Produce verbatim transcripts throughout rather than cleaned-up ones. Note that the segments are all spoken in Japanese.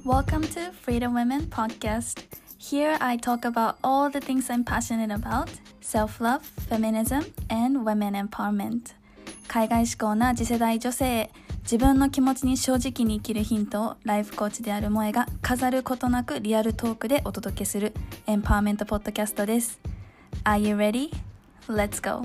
Welcome to Freedom Women Podcast. Here I talk about all the things I'm passionate about: self-love, feminism, and women empowerment. 海外志向な次世代女性へ、自分の気持ちに正直に生きるヒントをライフコーチである萌えが飾ることなくリアルトークでお届けするエンパワーメントポッドキャストです。Are you ready? Let's go!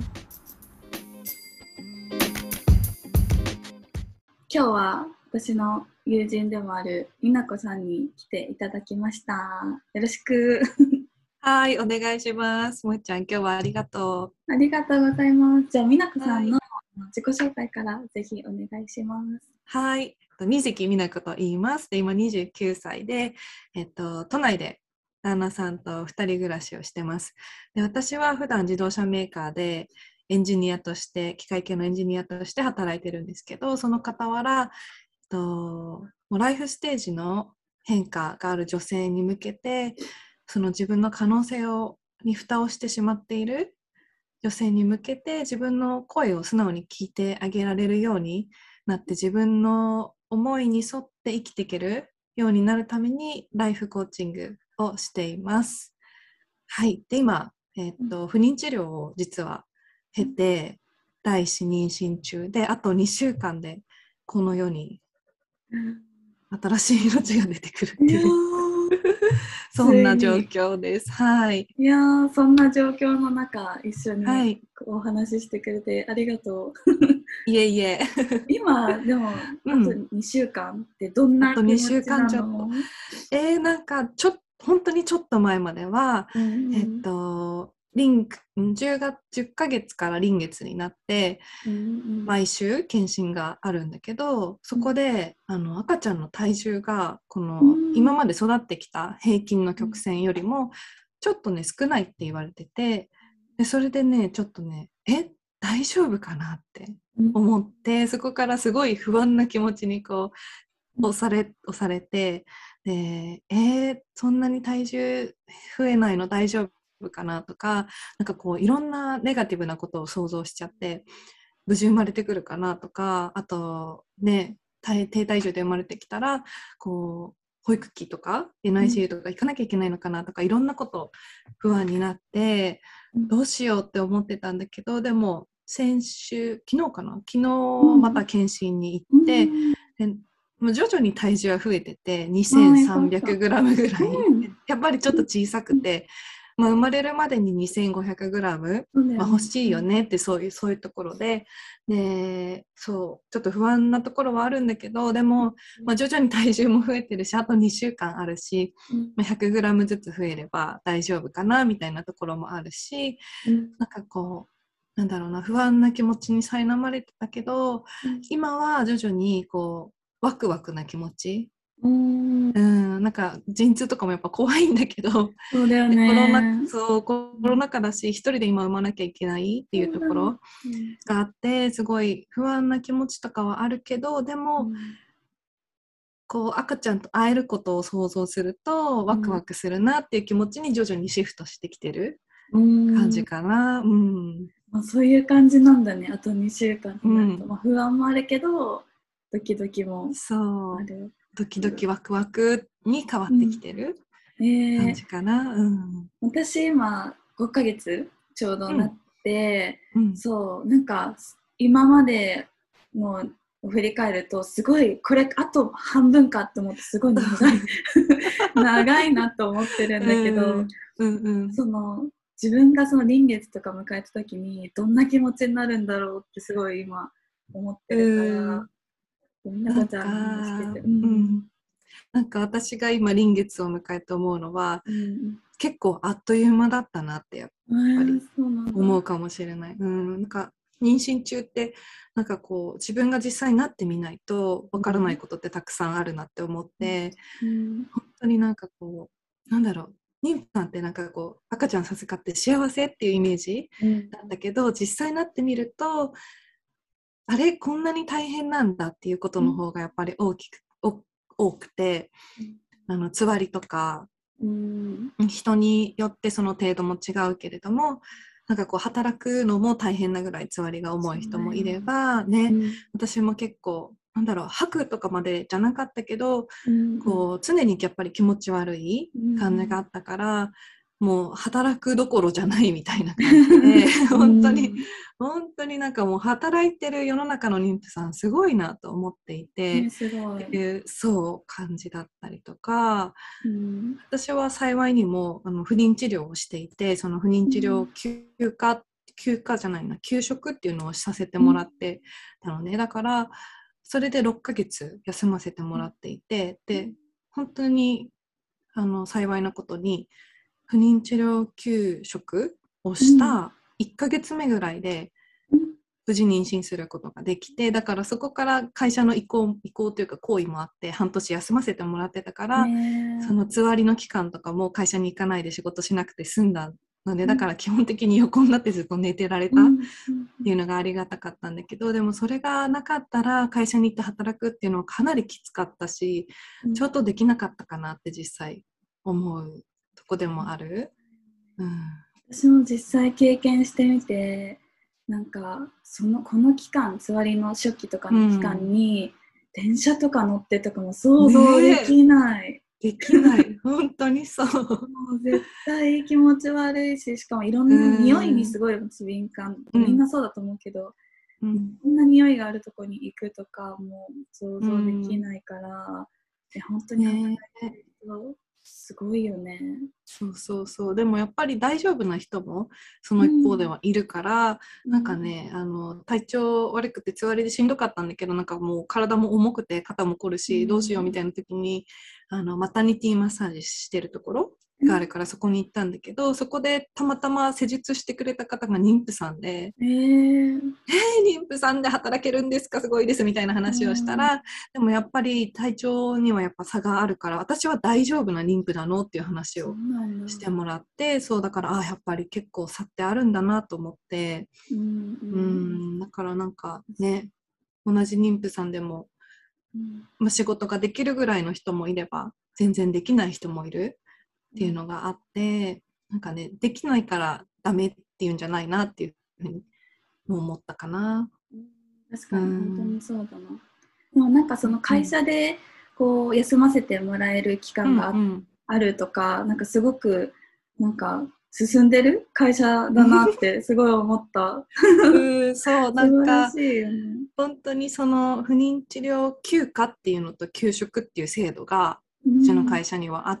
今日は私の友人でもあるみなこさんに来ていただきました。よろしく。 はい、お願いします。もえちゃん、今日はありがとう。ありがとうございます。じゃあみなこさんの自己紹介からぜひお願いします。 はい、二関みなこと言います。で、今にじゅうきゅうさいで、えっと、都内で旦那さんとふたり暮らしをしてます。で、私は普段自動車メーカーでエンジニアとして、機械系のエンジニアとして働いてるんですけど、その傍ら、ともうライフステージの変化がある女性に向けて、その自分の可能性をに蓋をしてしまっている女性に向けて、自分の声を素直に聞いてあげられるようになって、自分の思いに沿って生きていけるようになるためにライフコーチングをしています。はい。で、今、えーっと、不妊治療を実は経て、第一子妊娠中で、あとにしゅうかんでこの世に新しい命が出てくるっていうそんな状況です。はい。 いやー、そんな状況の中一緒にお話ししてくれてありがとう。 いえいえ。 今でも、うん、あとにしゅうかんってどんな気持ちなの？ えー、なんかちょっ本当にちょっと前までは、うんうん、えっと臨じゅうがつじゅっかげつから臨月になって、うんうん、毎週検診があるんだけど、そこで、うん、あの赤ちゃんの体重がこの、うん、今まで育ってきた平均の曲線よりもちょっとね少ないって言われてて、でそれでねちょっとねえ大丈夫かなって思って、うん、そこからすごい不安な気持ちにこう押され押されて、でえー、そんなに体重増えないの大丈夫かなとか、なんかこういろんなネガティブなことを想像しちゃって、無事生まれてくるかなとか、あとね低体重で生まれてきたらこう保育器とか エヌアイシーユー とか行かなきゃいけないのかなとか、いろんなこと不安になってどうしようって思ってたんだけど、でも先週昨日かな昨日また検診に行って、でもう徐々に体重は増えてて にせんさんびゃくグラム ぐらい、うん、やっぱりちょっと小さくて、まあ、生まれるまでに にせんごひゃくグラム、まあ、欲しいよねってそういうそういうところで、でそうちょっと不安なところはあるんだけど、でも、まあ、徐々に体重も増えてるし、あとにしゅうかんあるし、まあ、ひゃくグラム ずつ増えれば大丈夫かなみたいなところもあるし、うん、なんかこうなんだろうな、不安な気持ちに苛まれてたけど、うん、今は徐々にこうワクワクな気持ち、うん、うん、なんか陣痛とかもやっぱ怖いんだけど、 そうだよね、 コロナ、そうコロナ禍だし一人で今産まなきゃいけないっていうところがあって、すごい不安な気持ちとかはあるけど、でも、うん、こう赤ちゃんと会えることを想像するとワクワクするなっていう気持ちに徐々にシフトしてきてる感じかな。うん、 まあ、そういう感じなんだね。あとにしゅうかんになると、うん、まあ、不安もあるけどドキドキもある。 そうドキドキワクワクに変わってきてる感じかな。うんえーうん、 私今ごかげつちょうどなって、うん、そうなんか今までのを振り返るとすごいこれあと半分かって思ってすごい長い長いなと思ってるんだけど、うんうんうん、その自分がその臨月とか迎えた時にどんな気持ちになるんだろうってすごい今思ってるから、みんなこちゃんの話聞いて、うんうん、 なんか私が今臨月を迎えて思うのは、うん、結構あっという間だったなってやっぱり思うかもしれない。うん、なんか妊娠中ってなんかこう自分が実際になってみないとわからないことってたくさんあるなって思って、うん、本当になんかこうなんだろう、妊婦さんってなんかこう赤ちゃん授かって幸せっていうイメージなんだけど、うん、実際になってみるとあれこんなに大変なんだっていうことの方がやっぱり大きく、うん、多くて、あのつわりとか、うん、人によってその程度も違うけれども、なんかこう働くのも大変なぐらいつわりが重い人もいればね、うん、私も結構なんだろう、吐くとかまでじゃなかったけど、 うん、 こう常にやっぱり気持ち悪い感じがあったから、うん、もう働くどころじゃないみたいな感じで本当に、うん、本当になんかもう働いてる世の中の妊婦さんすごいなと思っていて、 ね、すごいっていうそう感じだったりとか、 うん、 私は幸いにもあの不妊治療をしていて、その不妊治療休暇、休暇じゃないな休職っていうのをさせてもらってたのね、うん、だからそれでろっかげつ休ませてもらっていて、で本当にあの幸いなことに不妊治療休職をしたいっかげつめぐらいで無事妊娠することができて、だからそこから会社の意向、意向というか行為もあって半年休ませてもらってたから、そのつわりの期間とかも会社に行かないで仕事しなくて済んだので、だから基本的に横になってずっと寝てられたっていうのがありがたかったんだけど、でもそれがなかったら会社に行って働くっていうのはかなりきつかったし、ちょっとできなかったかなって実際思うとこでもある、うん、 私も実際経験してみて、なんかそのこの期間、つわりの初期とかの期間に、うん、電車とか乗ってとかも想像できない、 ね、できない本当にそうもう絶対気持ち悪いし、しかもいろんな匂いにすごい敏感、うん、みんなそうだと思うけど、うん、いろんな匂いがあるとこに行くとかも想像できないから、うん、本当に働いてる人、すごいよね。 そうそうそう。でもやっぱり大丈夫な人もその一方ではいるから、うん、なんかね、あの体調悪くてつわりでしんどかったんだけど、なんかもう体も重くて肩も凝るし、うん、どうしようみたいな時にあのマタニティマッサージしてるところがあるからそこに行ったんだけど、そこでたまたま施術してくれた方が妊婦さんで、 えー、 えー、妊婦さんで働けるんですか、すごいですみたいな話をしたら、うん、でもやっぱり体調にはやっぱ差があるから、私は大丈夫な妊婦なのっていう話をしてもらって、そうだからあやっぱり結構差ってあるんだなと思って、うん、うん、だからなんかね、同じ妊婦さんでも、うんまあ、仕事ができるぐらいの人もいれば全然できない人もいるっていうのがあって、なんかね、できないからダメっていうんじゃないなっていうふうにも思ったかな。 確かに本当にそうだな。でもなんかその会社でこう休ませてもらえる期間が あ,、うんうん、あるとか、なんかすごくなんか進んでる会社だなってすごい思った。 うん、そうなんか素晴らしいよね。 本当にその不妊治療休暇っていうのと休職っていう制度がうちの会社にはあって、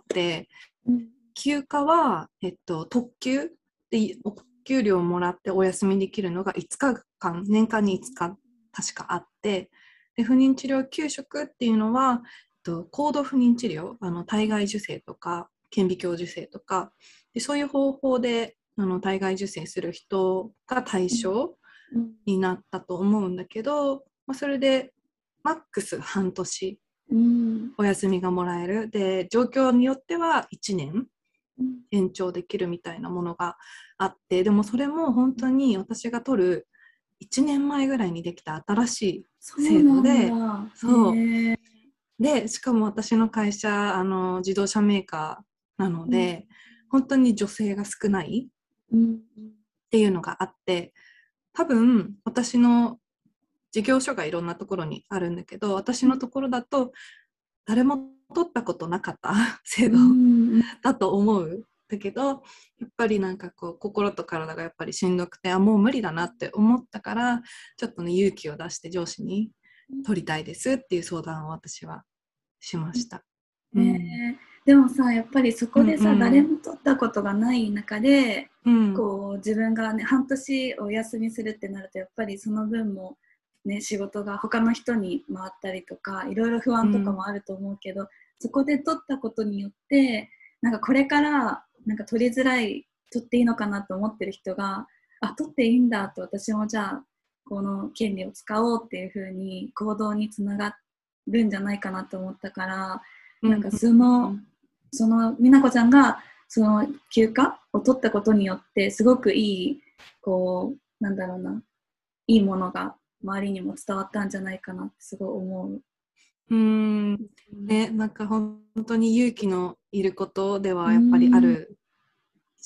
うん、休暇は、えっと、特休でお給料をもらってお休みできるのがいつかかん、年間にいつか確かあって、で不妊治療休職っていうのは、えっと、高度不妊治療、あの体外受精とか顕微鏡受精とかで、そういう方法であの体外受精する人が対象になったと思うんだけど、まあ、それでマックス半年お休みがもらえる、で状況によってはいちねん延長できるみたいなものがあって、でもそれも本当に私が取るいちねんまえぐらいにできた新しい制度で、そうでしかも私の会社あの自動車メーカーなので、うん、本当に女性が少ないっていうのがあって、多分私の事業所がいろんなところにあるんだけど、私のところだと誰も取ったことなかった制度だと思う。だけどやっぱりなんかこう心と体がやっぱりしんどくて、あもう無理だなって思ったから、ちょっとね勇気を出して上司に取りたいですっていう相談を私はしました。 うん、えー、でもさやっぱりそこでさ、うんうん、誰も取ったことがない中で、うん、こう自分がね半年お休みするってなるとやっぱりその分もね仕事が他の人に回ったりとかいろいろ不安とかもあると思うけど、うん、そこで取ったことによってなんかこれからなんか取りづらい取っていいのかなと思ってる人があ取っていいんだと、私もじゃあこの権利を使おうっていう風に行動につながるんじゃないかなと思ったから、なんかその、うん、その美奈子ちゃんがその休暇を取ったことによってすごくいいこうなんだろうないいものが周りにも伝わったんじゃないかなってすごい思う。 うーんね、なんか本当に勇気のいることではやっぱりある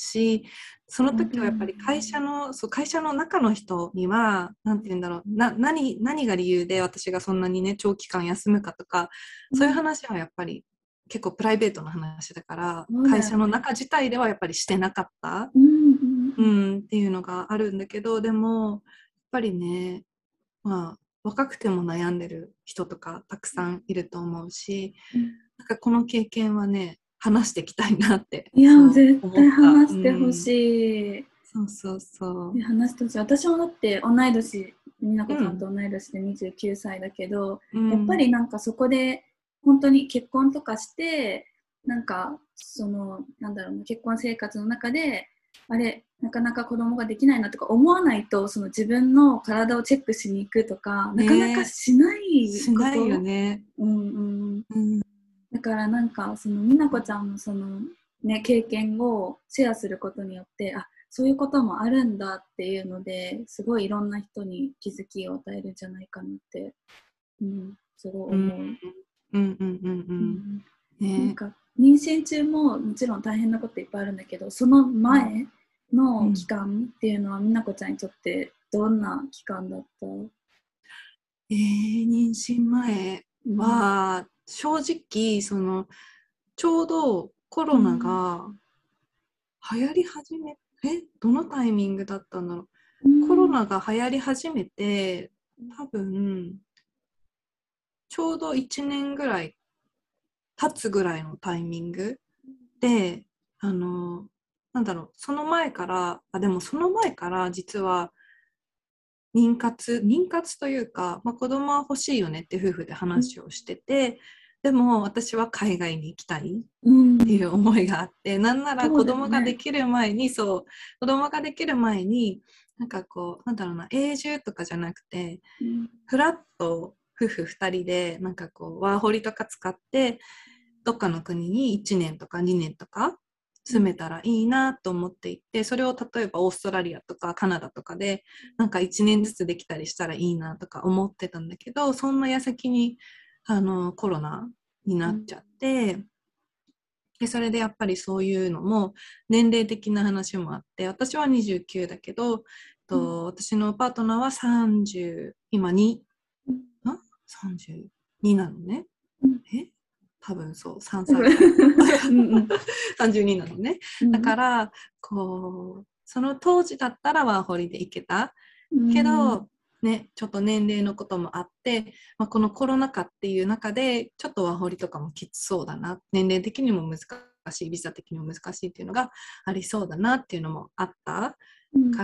し、その時はやっぱり会社の、そう、会社の中の人には、なんて言うんだろう、な、何、何が理由で私がそんなにね、長期間休むかとか、そういう話はやっぱり結構プライベートな話だから、 うん、 会社の中自体ではやっぱりしてなかった、 うんうんうん、っていうのがあるんだけど、でも、やっぱりね、まあ、若くても悩んでる人とかたくさんいると思うし、 うん、 なんかこの経験はね、話していきたいなっていや、 そう絶対思った。 話してほうん、 しい。 そうそうそで話してほしい。私もだって同い年、美奈う。 子うん、 さんと同い年でにじゅうきゅうさいだけど、やっぱうん、 りなんかそこで本当に結婚とかして、なんかその、なんだろうな、結婚生活の中で、あれ、なかなか子供ができないなとか思わないと、その自分の体をチェックしに行くとか、なかなかね、 しないしないよこと。 ね。 うんうん。 うん、 だからなんかその美奈子ちゃんのそのね経験をシェアすることによって、あ、そういうこともあるんだっていうのですごいいろんな人に気づきを与えるんじゃないかなって、うん、すごいうん、 思う。 うん、うん、うん、ううん。 ん、なんね、 か妊娠中ももちろん大変なこといっぱいあるんだけど、そのうん、 前の期うん。 間っていうのは美奈子ちゃんにとってどんな期間だった？ えー、妊娠前うん、 は、正直、その、ちょうどコロナうん、 が流行り始め、え、どのタイミングだったんだろう。 うん、 コロナが流行り始めて、多分、ちょうどいちねんぐらい経つぐらいのタイミングで、あの、なんだろう、その前から、あ、でもその前から実は妊活、妊活というか、まあ、子供は欲しいよねって夫婦で話をしてて、でも私は海外に行きたいうっていん、 う思いがあって、なんならそう子供がでだよね。 きる前に、そう、子供ができる前に、なんかこう、なんだろうな、永住とかじゃなくて、 うん、 フラッと夫婦ふたりで、なんかこう、ワーホリとか使って、どっかの国にいちねんとかにねんとか住めたらいいなと思っていて、それを例えばオーストラリアとかカナダとかで、なんかいちねんずつできたりしたらいいなとか思ってたんだけど、そんな矢先に、あの、コロナになっちゃって、で、それでやっぱりそういうのも年齢的な話もあって、私はにじゅうきゅうだけど、と私のパートナーはさんじゅう、今に、あ ?さんじゅうに なのね。え多分そう、さんさい差。 うんうん、 さんじゅうになのね。だかうんら、こう、その当時だったらワーホリで行けた。 うけんど、ね、ちょっと年齢のこともあって、まあ、このコロナ禍っていう中で、ちょっとワーホリとかもきつそうだな。年齢的にも難しい、ビザ的にも難しいっていうのがありそうだなっていうのもあったうんから、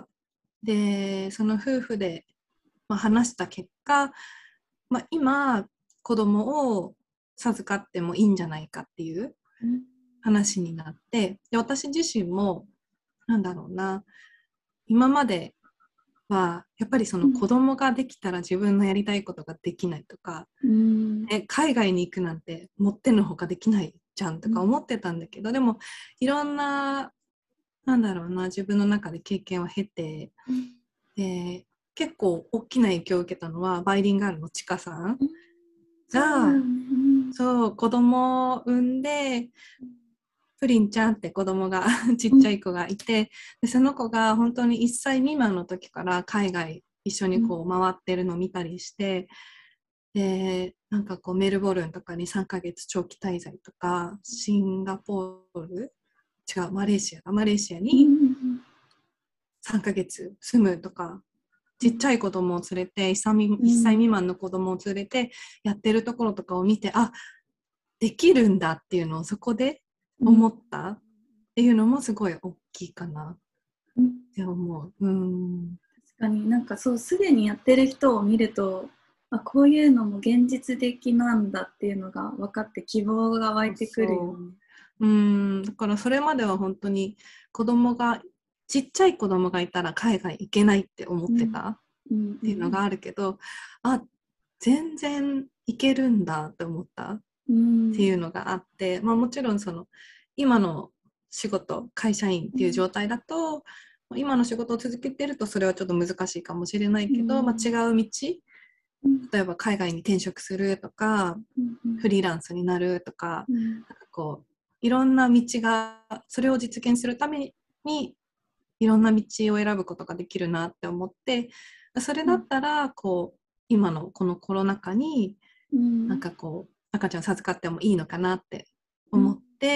で、その夫婦で、まあ、話した結果、まあ、今、子供を授かってもいいんじゃないかっていう話になって、で、私自身も、なんだろうな、今までは、やっぱりその子供ができたら自分のやりたいことができないとか、 うんね、海外に行くなんてもってのほかできないじゃんとか思ってたんだけど、でもいろんな、なんだろうな、自分の中で経験を経て、で、結構大きな影響を受けたのは、バイリンガールのちかさんが、 そうだよね。 そう、子供を産んで、プリンちゃんって子供がちっうんちゃい子がいて、でその子が本当にいっさい未満の時から海外一緒にこう回ってるのを見たりして、で、なんかこうメルボルンとかにさんかげつ長期滞在とか、シンガポール、違う、マレーシア、マレーシアうんうにんさんかげつ住むとか、ちっちゃい子供を連れて、いっさいうん未満の子供を連れてやってるところとかを見て、あ、できるんだっていうのをそこでうん思ったっていうのもすごい大きいかなっうん、 て思う。うん。 確かになんかそう、すでにやってる人を見ると、あ、こういうのも現実的なんだっていうのが分かって希望が湧そういてくるよそね。 う。うん。だからそれまでは本当に子供が、ちっちゃい子供がいたら海外行けないって思っうんてたっうんうんていうのがあるけど、あ、全然行けるんだって思ったっうんていうのがあって、まあもちろんその今の仕事、会社員っていう状態だと、今の仕事を続けてるとそれはちょっと難しいかもしれないうけど、まあ、違んう道、 うん例えば海外に転職するとか、 うんうんフリーランスになるとか、 うんなんかこう、 いろんな道がそれを実現するためにいろんな道を選ぶことができるなって思って、それだったらこう今のこのコロナ禍になんかこう赤ちゃん授かってもいいのかなって思って、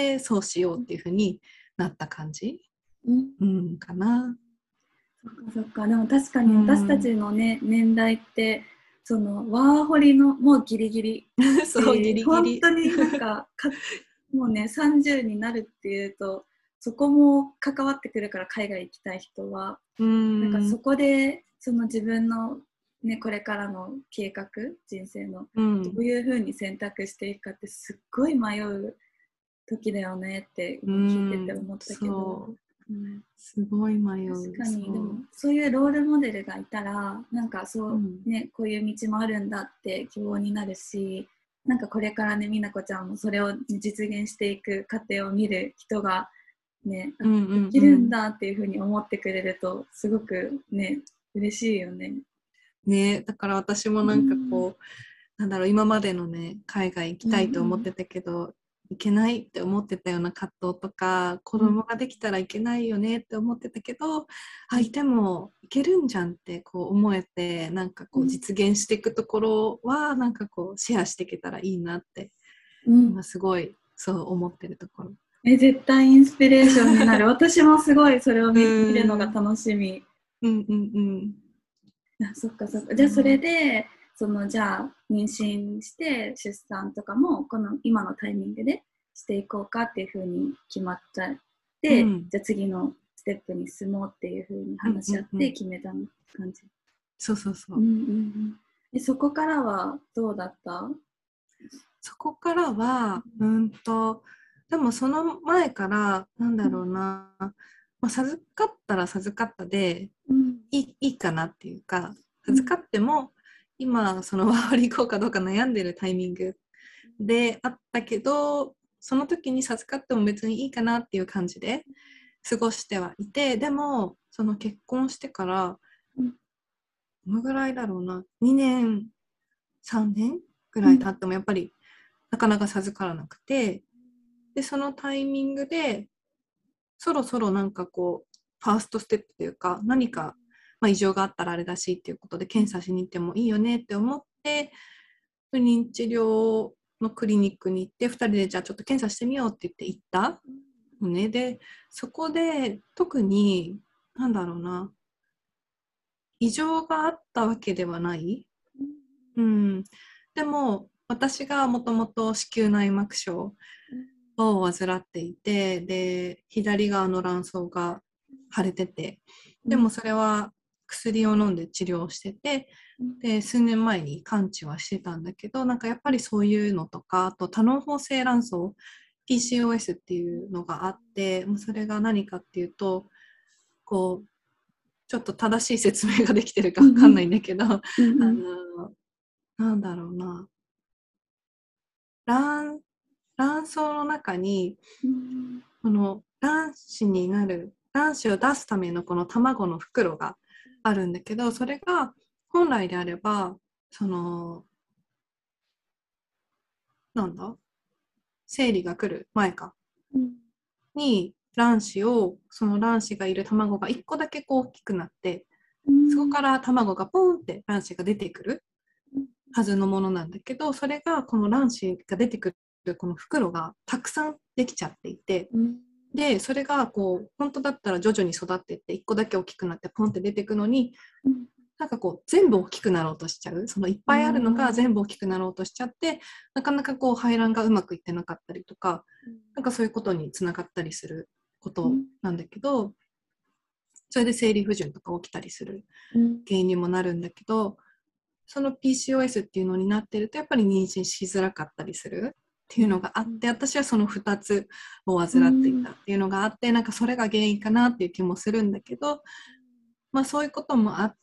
うん、そうしようっていうふうになった感じ、うんうん、かな。 そっかそっか。でも確かに私たちのね、うん、年代ってそのワーホリのもうギリギリそうギリギリ本当になんかかもうねさんじゅうになるっていうとそこも関わってくるから海外行きたい人は、うん、なんかそこでその自分のね、これからの計画人生の、うん、どういう風に選択していくかってすっごい迷う時だよねって今聞いてて思ったけど、 うん、すごい迷う。 確かにでもそういうロールモデルがいたらなんかそう、うん、ねこういう道もあるんだって希望になるし、なんかこれからね美奈子ちゃんもそれを実現していく過程を見る人がね、うんうんうん、できるんだっていう風に思ってくれるとすごくね嬉しいよね。 ね、だから私もなんかこう、うん、なんだろう今までのね海外行きたいと思ってたけど、うんうん、行けないって思ってたような葛藤とか、子供ができたらいけないよねって思ってたけど、うん、あいてもいけるんじゃんってこう思えて、なんかこう実現していくところはなんかこうシェアしていけたらいいなって、うん、今すごいそう思ってるところ。 え絶対インスピレーションになる。私もすごいそれを 見, 見るのが楽しみ。 うんうんうん。 あそっかそっか。じゃあそれでそのじゃあ妊娠して出産とかもこの今のタイミングでしていこうかっていうふうに決まっちゃって、うん、じゃあ次のステップに進もうっていうふうに話し合って決めた感じ。うんうんうん、 そうそうそう。うんうんうん、でそこからはどうだった？ そこからはうんとでもその前からなんだろうな、うんまあ、授かったら授かったで、うん、いい、いいかなっていうか、授かっても今そのワーホリ行こうかどうか悩んでるタイミングであったけど、その時に授かっても別にいいかなっていう感じで過ごしてはいて、でもその結婚してからどのぐらいだろうな、にねんさんねんぐらい経ってもやっぱりなかなか授からなくて、でそのタイミングでそろそろなんかこうファーストステップというか何か、まあ、異常があったらあれだしっていうことで検査しに行ってもいいよねって思って、不妊治療のクリニックに行ってふたりでじゃあちょっと検査してみようって言って行ったのね。でそこで特になんだろうな、異常があったわけではない、うん、でも私がもともと子宮内膜症を患っていて、で左側の卵巣が腫れてて、でもそれは薬を飲んで治療してて、で数年前に完治はしてたんだけど、なんかやっぱりそういうのとか、あと多嚢胞性卵巣 ピーシーオーエス っていうのがあって、それが何かっていうと、こうちょっと正しい説明ができてるか分かんないんだけど、うんうん、あのなんだろうな、卵卵巣の中に、うん、この卵子になる卵子を出すためのこの卵の袋があるんだけど、それが本来であればそのなんだ生理が来る前か、うん、に卵子をその卵子がいる卵がいっこだけこう大きくなって、うん、そこから卵がポーンって卵子が出てくるはずのものなんだけど、それがこの卵子が出てくるこの袋がたくさんできちゃっていて、うん、でそれがこう本当だったら徐々に育っていっていっこだけ大きくなってポンって出てくのに、うん、なんかこう全部大きくなろうとしちゃう、そのいっぱいあるのが全部大きくなろうとしちゃって、なかなかこう排卵がうまくいってなかったりとか、うん、なんかそういうことにつながったりすることなんだけど、それで生理不順とか起きたりする原因にもなるんだけど、その ピーシーオーエス っていうのになってるとやっぱり妊娠しづらかったりするっていうのがあって、私はそのふたつを患っていたっていうのがあって、なんかそれが原因かなっていう気もするんだけど、まあそういうこともあって、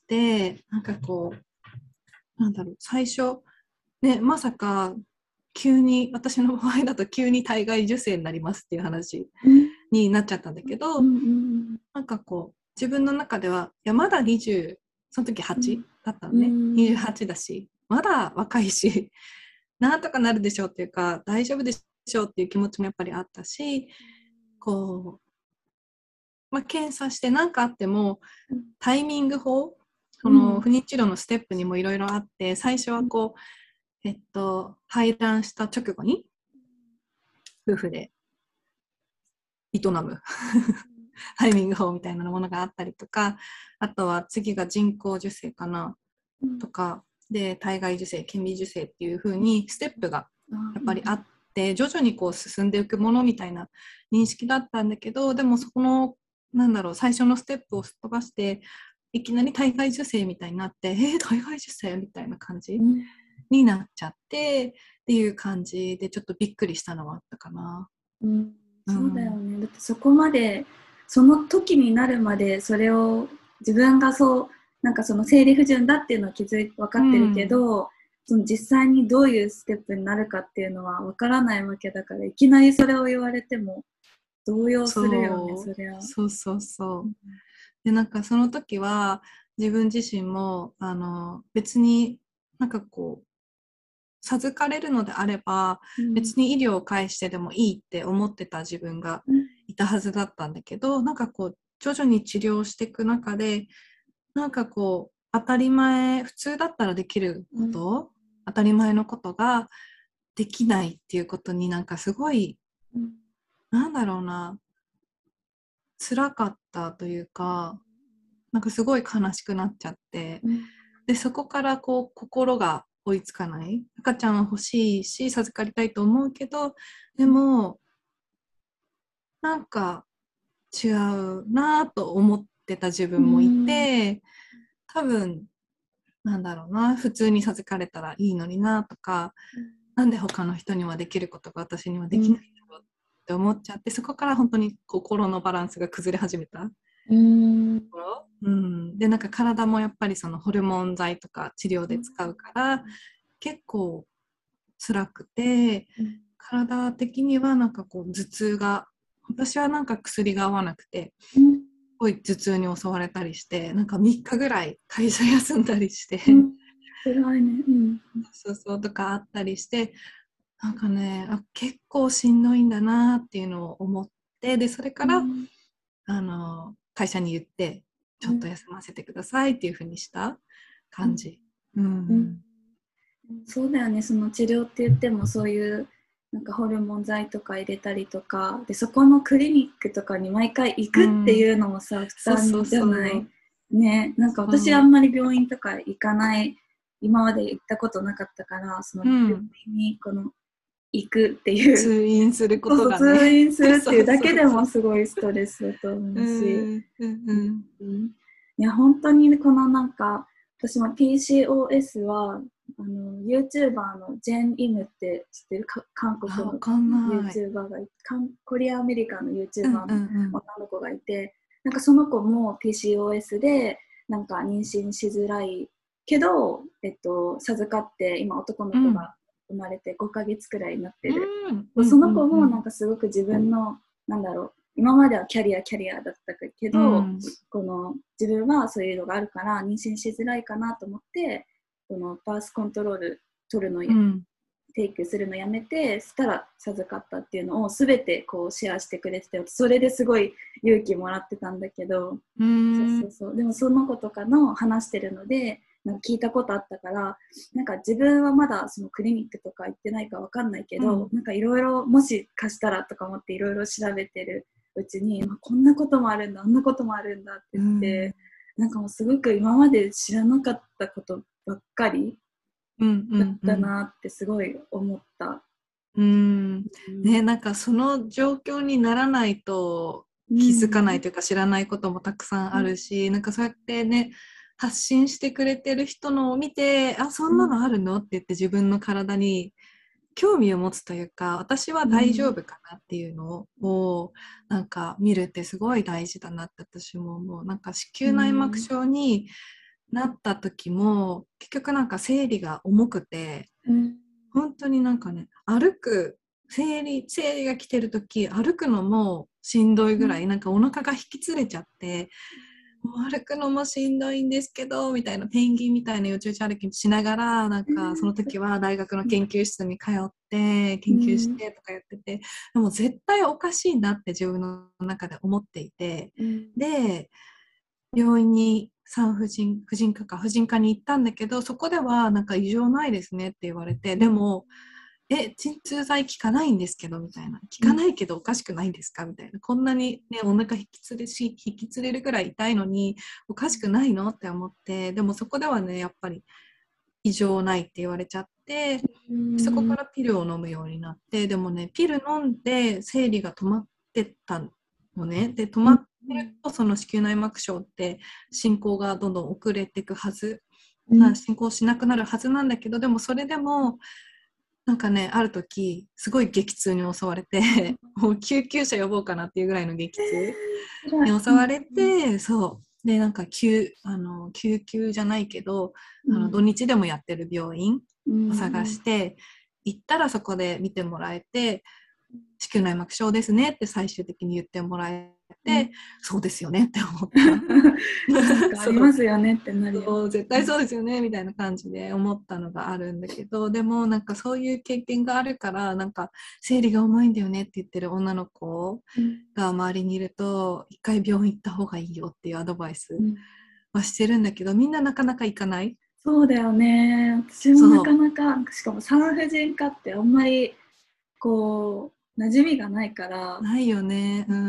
なんかこうなんだろう、最初ね、まさか急に私の場合だと急に体外受精になりますっていう話になっちゃったんだけど、なんかこう自分の中ではいやまだにじゅうその時はちだったのね、にじゅうはちだしまだ若いしなんとかなるでしょうっていうか大丈夫でししょうっていう気持ちもやっぱりあったし、こう、まあ、検査して何かあってもタイミング法、その不妊治療のステップにもいろいろあって、最初はこう、えっと、排卵した直後に夫婦で営むタイミング法みたいなものがあったりとか、あとは次が人工授精かなとかで、体外受精、顕微授精っていう風にステップがやっぱりあって、徐々にこう進んでいくものみたいな認識だったんだけど、でもそこのなんだろう、最初のステップをすっ飛ばしていきなり体外受精みたいになって、えー、体外受精みたいな感じになっちゃってっていう感じで、ちょっとびっくりしたのはあったかな。 うん、そうだよね。だってそこまで、その時になるまでそれを自分がそうなんかその生理不順だっていうのは気づい分かってるけど、うん、その実際にどういうステップになるかっていうのは分からないわけだから、いきなりそれを言われても動揺するよね。 そ, それはそうそうそう、うん、でなんかその時は自分自身もあの別になんかこう授かれるのであれば、うん、別に医療を介してでもいいって思ってた自分がいたはずだったんだけど、うん、なんかこう徐々に治療していく中でなんかこう当たり前、普通だったらできること、うん、当たり前のことができないっていうことになんかすごい、うん、なんだろうな、辛かったというか、なんかすごい悲しくなっちゃって、うん、でそこからこう心が追いつかない。赤ちゃんは欲しいし授かりたいと思うけど、でもなんか違うなと思ってた自分もいて、多分なんだろうな、普通に授かれたらいいのになとか、なんで他の人にはできることが私にはできないんだろうって思っちゃって、そこから本当に心のバランスが崩れ始めた。うん、うん、でなんか体もやっぱりそのホルモン剤とか治療で使うから、うん、結構辛くて、うん、体的にはなんかこう頭痛が、私はなんか薬が合わなくて、うん、すごい頭痛に襲われたりして、なんかみっかぐらい会社休んだりして、うん、 辛いね、うん、 そうそうとかあったりして、なんかね、あ、結構しんどいんだなっていうのを思って、でそれから、うん、あの会社に言ってちょっと休ませてくださいっていうふうにした感じ、うんうんうん、そうだよね。その治療って言ってもそういうなんかホルモン剤とか入れたりとかで、そこのクリニックとかに毎回行くっていうのもさ、うん、負担じゃない。そうそうそうね、なんか私あんまり病院とか行かない、今まで行ったことなかったから、その病院にこの行くっていう、 通院することがね、 そうそう、通院するっていうだけでもすごいストレスだと思うし、いや本当にこのなんか私も ピーシーオーエス はあの YouTuber のジェン・イムって知ってる？か韓国の YouTuber がいて、コリアアメリカの YouTuber の女の子がいて、うんうんうん、なんかその子も ピーシーオーエス でなんか妊娠しづらいけど、えっと、授かって今男の子が生まれてごかげつくらいになってる、うん、その子もなんかすごく自分のなんだろう、今まではキャリアキャリアだったけど、うん、この自分はそういうのがあるから妊娠しづらいかなと思ってこのバースコントロール取るの、うん、テイクするのやめてしたら授かったっていうのを全てこうシェアしてくれてて、それですごい勇気もらってたんだけど、うん、そうそうそう、でもその子とかの話してるのでなんか聞いたことあったから、なんか自分はまだそのクリニックとか行ってないか分かんないけど、うん、なんかいろいろもしかしたらとか思っていろいろ調べてるうちに、まあ、こんなこともあるんだあんなこともあるんだって言って、うん、なんかもうすごく今まで知らなかったことばっかりだったなってすごい思った。 うんうんね、なんかその状況にならないと気づかないというか知らないこともたくさんあるし、うん、なんかそうやってね発信してくれてる人のを見て、あ、そんなのあるのって言って自分の体に興味を持つというか、私は大丈夫かなっていうのをなんか見るってすごい大事だなって私も思う。なんか子宮内膜症になった時も結局なんか生理が重くて、うん本当になんかね、歩く、生理、生理が来てる時歩くのもしんどいぐらい、なんかお腹が引きつれちゃって、 歩くのもしんどいんですけどみたいな、ペンギンみたいなよちよち歩きしながら、なんかその時は大学の研究室に通って研究してとかやってて、でも絶対おかしいなって自分の中で思っていて、で病院に産婦人婦人科か婦人科に行ったんだけど、そこではなんか異常ないですねって言われて、でもえ、鎮痛剤効かないんですけどみたいな、効かないけどおかしくないんですかみたいな、こんなにねお腹引きつれし引きつれるぐらい痛いのにおかしくないのって思って、でもそこではねやっぱり異常ないって言われちゃって、そこからピルを飲むようになって、でもねピル飲んで生理が止まってたのね。で止まってるとその子宮内膜症って進行がどんどん遅れていくはず、進行しなくなるはずなんだけど、でもそれでもなんかね、ある時すごい激痛に襲われてもう救急車呼ぼうかなっていうぐらいの激痛に襲われて、そうでなんか救あの救急じゃないけど、あの土日でもやってる病院を探して行ったら、そこで見てもらえて、子宮内膜症ですねって最終的に言ってもらえて、うん、そうですよねって思ったありますよねってなるよ。 そう絶対そうですよねみたいな感じで思ったのがあるんだけど、でもなんかそういう経験があるから、なんか生理が重いんだよねって言ってる女の子が周りにいると、一回病院行った方がいいよっていうアドバイスはしてるんだけど、みんななかなか行かない。 そうだよね、私もなかなか、しかも産婦人科ってあんまりこう馴染みがないから。 ないよね。うん、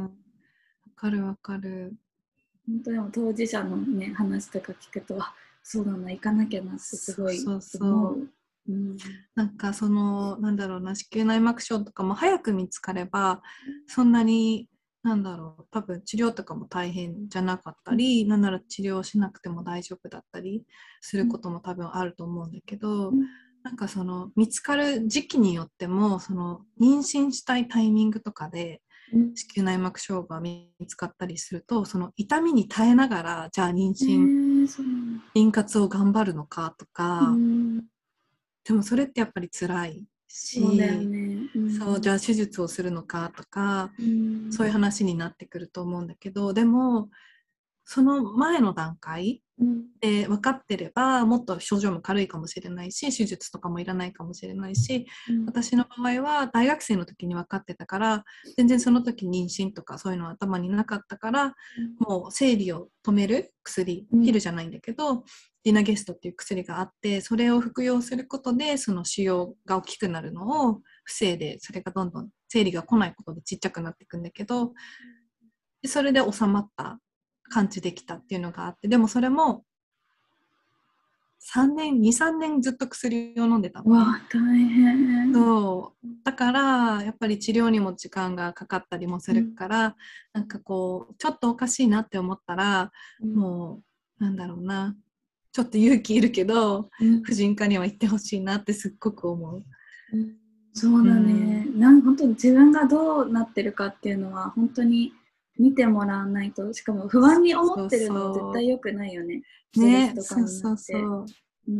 わかるわかる。 本当でも当事者のね話とか聞くと、あ、そうだな、行かなきゃなってすごい思う。そうそうそう、 うん、なんかそのなんだろうな、子宮内膜症とかも早く見つかればそんなになんだろう、多分治療とかも大変じゃなかったり、うん、なんなら治療しなくても大丈夫だったりすることも多分あると思うんだけど、うん、なんかその見つかる時期によっても、その妊娠したいタイミングとかで子宮内膜症が見つかったりすると、その痛みに耐えながらじゃあ妊娠、妊活を頑張るのかとか、うん、でもそれってやっぱり辛いし、 そうだよね、 うん、そうじゃあ手術をするのかとか、うん、そういう話になってくると思うんだけど、でもその前の段階で分かってれば、もっと症状も軽いかもしれないし、手術とかもいらないかもしれないし、うん、私の場合は大学生の時に分かってたから、全然その時妊娠とかそういうのは頭になかったから、うん、もう生理を止める薬、ピルじゃないんだけど、うん、ディナゲストっていう薬があって、それを服用することでその腫瘍が大きくなるのを防いで、それがどんどん生理が来ないことでちっちゃくなっていくんだけど、でそれで収まった感知できたっていうのがあって、でもそれもさんねん、に、さんねんずっと薬を飲んでたの。 わ、大変。 そうだからやっぱり治療にも時間がかかったりもするから、うん、なんかこうちょっとおかしいなって思ったら、うん、もうなんだろうな、ちょっと勇気いるけど、うん、婦人科には行ってほしいなってすっごく思う。 うん、そうだね、うん、なん本当に自分がどうなってるかっていうのは本当に見てもらわないと、しかも不安に思ってるのは絶対良くないよね。 ね、そうそうそう。うん、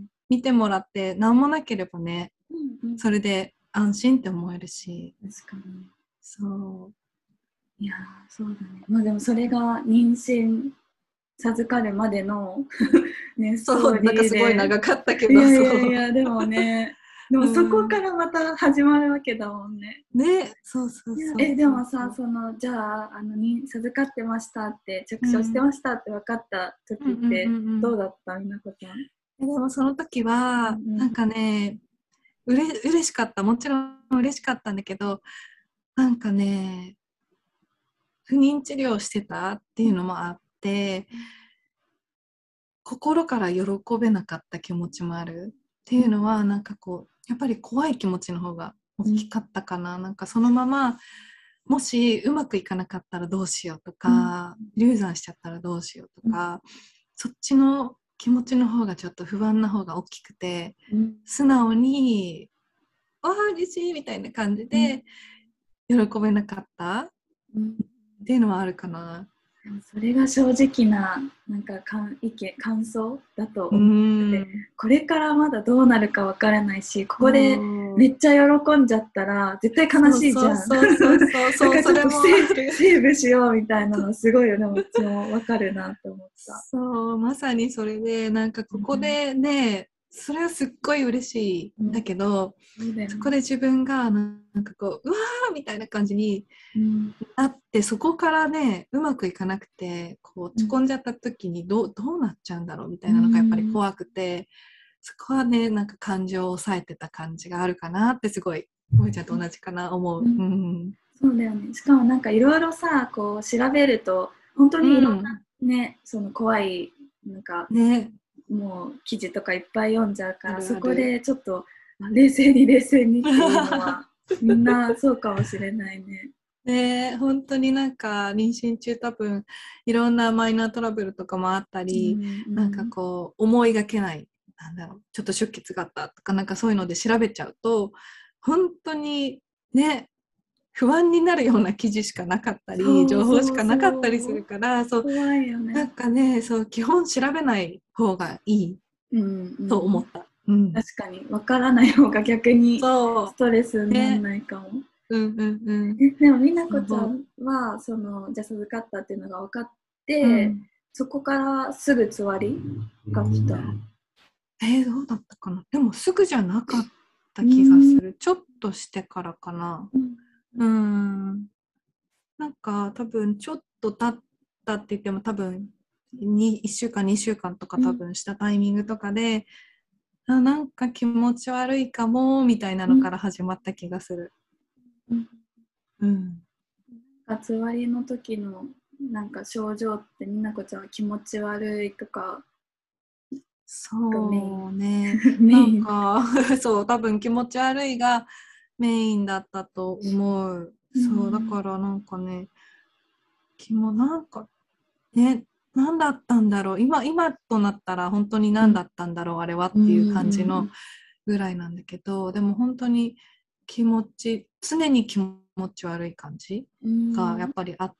見てもらって何もなければね、うんうん、それで安心って思えるし。 確かに。 そう。 いやそうだね。まあでもそれが妊娠授かるまでのね、 そうなんかすごい長かったけど、 いやいやいやでもね。でもそこからまた始まるわけだもんね。 ね、そうそうそうそう。 え、でもさ、そのじゃあ、あのに授かってましたって着床してましたって分かった時ってどうだった、みなこちゃん。 でもその時は、うんうん、なんかね、うれ嬉しかった。もちろん嬉しかったんだけど、なんかね、不妊治療してたっていうのもあって、うん、心から喜べなかった気持ちもあるっていうのは、なんかこうやっぱり怖い気持ちの方が大きかったかな。うん、なんかそのままもしうまくいかなかったらどうしようとか、うん、流産しちゃったらどうしようとか、うん、そっちの気持ちの方がちょっと不安な方が大きくて、うん、素直に「わあ嬉しい」みたいな感じで喜べなかった、うん、っていうのはあるかな。 それが正直な、なんか意見感想だと思ってて、これからまだどうなるかわからないし、ここで、ね、 めっちゃ喜んじゃったら絶対悲しいじゃん。 そうそうそうそうそうだからちょっとセーブしようみたいなのすごいよね。うちもわかるなって思った。 そう、まさにそれで、なんかここでね、それはすっごい嬉しいんだけど、うんね、そこで自分がなんかこう、うわーみたいな感じになって、うん、そこからね、うまくいかなくて、こう落ち込んじゃった時にどう、どうなっちゃうんだろうみたいなのがやっぱり怖くて、うん、そこはね、なんか感情を抑えてた感じがあるかなってすごい、もえちゃんと同じかな、思う。うんうん、 そうだよね。しかもなんかいろいろさ、こう調べると、本当にいろんなね、うん、その怖い、なんか、 ね、 もう記事とかいっぱい読んじゃうから、あるある、そこでちょっと冷静に冷静にっていうのはみんなそうかもしれないね。 ね、本当になんか妊娠中多分いろんなマイナートラブルとかもあったり、うんうん、なんかこう思いがけないなんだろうちょっと出血があったとかなんかそういうので調べちゃうと本当にね不安になるような記事しかなかったり情報しかなかったりするからそう怖いよね。 なんかねそう基本調べない方がいいと思った、うんうん、 確かに分からない方が逆にストレスにならないかも、ね、 うんうんうん、 えでもみなこちゃんはそのじゃあ授かったっていうのが分かって、うん、そこからすぐつわりが来た、 えー、どうだったかな。でもすぐじゃなかった気がする。ちょっとしてからかな。うん。うんなんか多分ちょっと経ったって言っても多分いっしゅうかんにしゅうかんとか多分したタイミングとかで、うん、あなんか気持ち悪いかもみたいなのから始まった気がする。うん。 うん。つわりの時のなんか症状ってみなこちゃんは気持ち悪いとか。 そうね。なんかそう多分気持ち悪いがメインだったと思う。そうだからなんかね、気もなんかね何だったんだろう今今となったら本当に何だったんだろう、うん、あれはっていう感じのぐらいなんだけど、でも本当に気持ち常に気持ち悪い感じがやっぱりあって、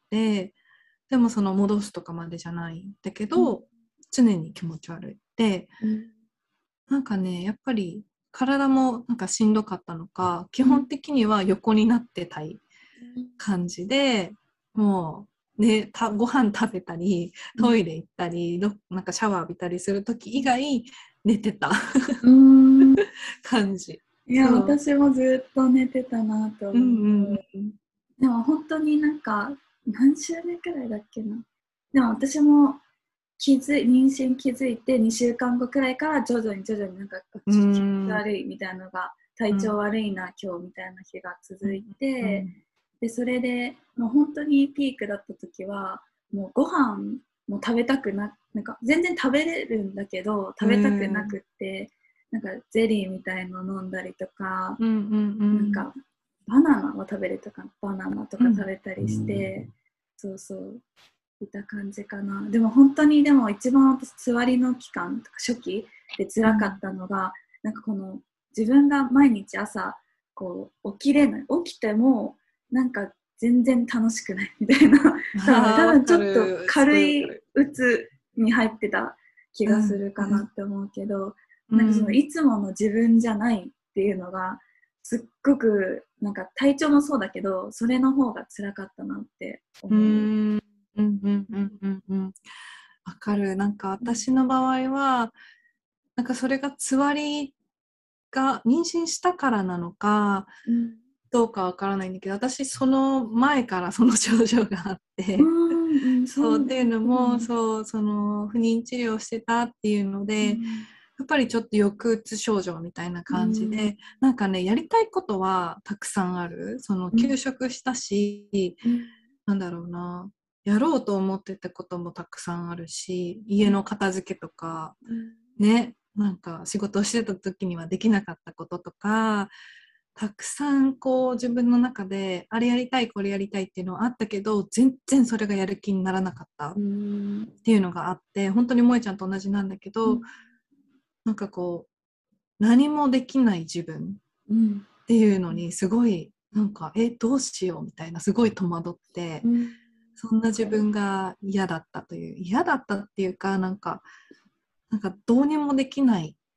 でもその戻すとかまでじゃないんだけど、うん、常に気持ち悪いで、うん、なんかねやっぱり体もなんかしんどかったのか基本的には横になってたい感じで、もうねたご飯食べたりトイレ行ったり、うん、なんかシャワー浴びたりする時以外寝てたうん感じ。 いや私もずっと寝てたなと思う、うんうんうん、でも本当になんか何週目くらいだっけな、でも私も気づい妊娠気づいてにしゅうかんごくらいから徐々に徐々になんか気持ち悪いみたいなのが、体調悪いな、うん、今日みたいな日が続いて、うん、でそれでもう本当にピークだった時はもうご飯も食べたくななんか全然食べれるんだけど食べたくなくって、うん、なんかゼリーみたいの飲んだりとか、うんうんうん、なんかバナナを食べるとかバナナとか食べたりして、うん、そうそういた感じかな。でも本当にでも一番私つわりの期間とか初期で辛かったのが、うん、なんかこの自分が毎日朝こう起きれない起きてもなんか全然楽しくないみたいな多分ちょっと軽いうつに入ってた気がするかなって思うけど、うん、なんかそのいつもの自分じゃないっていうのがすっごくなんか体調もそうだけどそれの方が辛かったなって思う。うんうんうんうんうんうん。わかる。なんか私の場合はなんかそれがつわりが妊娠したからなのか、うん、どうかわからないんだけど私その前からその症状があって、うんうん、そうっていうのも、うん、そうその不妊治療してたっていうので、うん、やっぱりちょっと抑うつ症状みたいな感じで、うん、なんかねやりたいことはたくさんある。その休職したし、うん、なんだろうなやろうと思ってたこともたくさんあるし家の片付けとか、うん、ねなんか仕事をしてた時にはできなかったこととかたくさんこう自分の中であれやりたいこれやりたいっていうのはあったけど全然それがやる気にならなかったっていうのがあって本当に萌ちゃんと同じなんだけど、うん、なんかこう何もできない自分っていうのにすごいなんかえどうしようみたいなすごい戸惑って、うん、そんな自分が嫌だったという嫌だったっていうかなんかなんかどうにもできない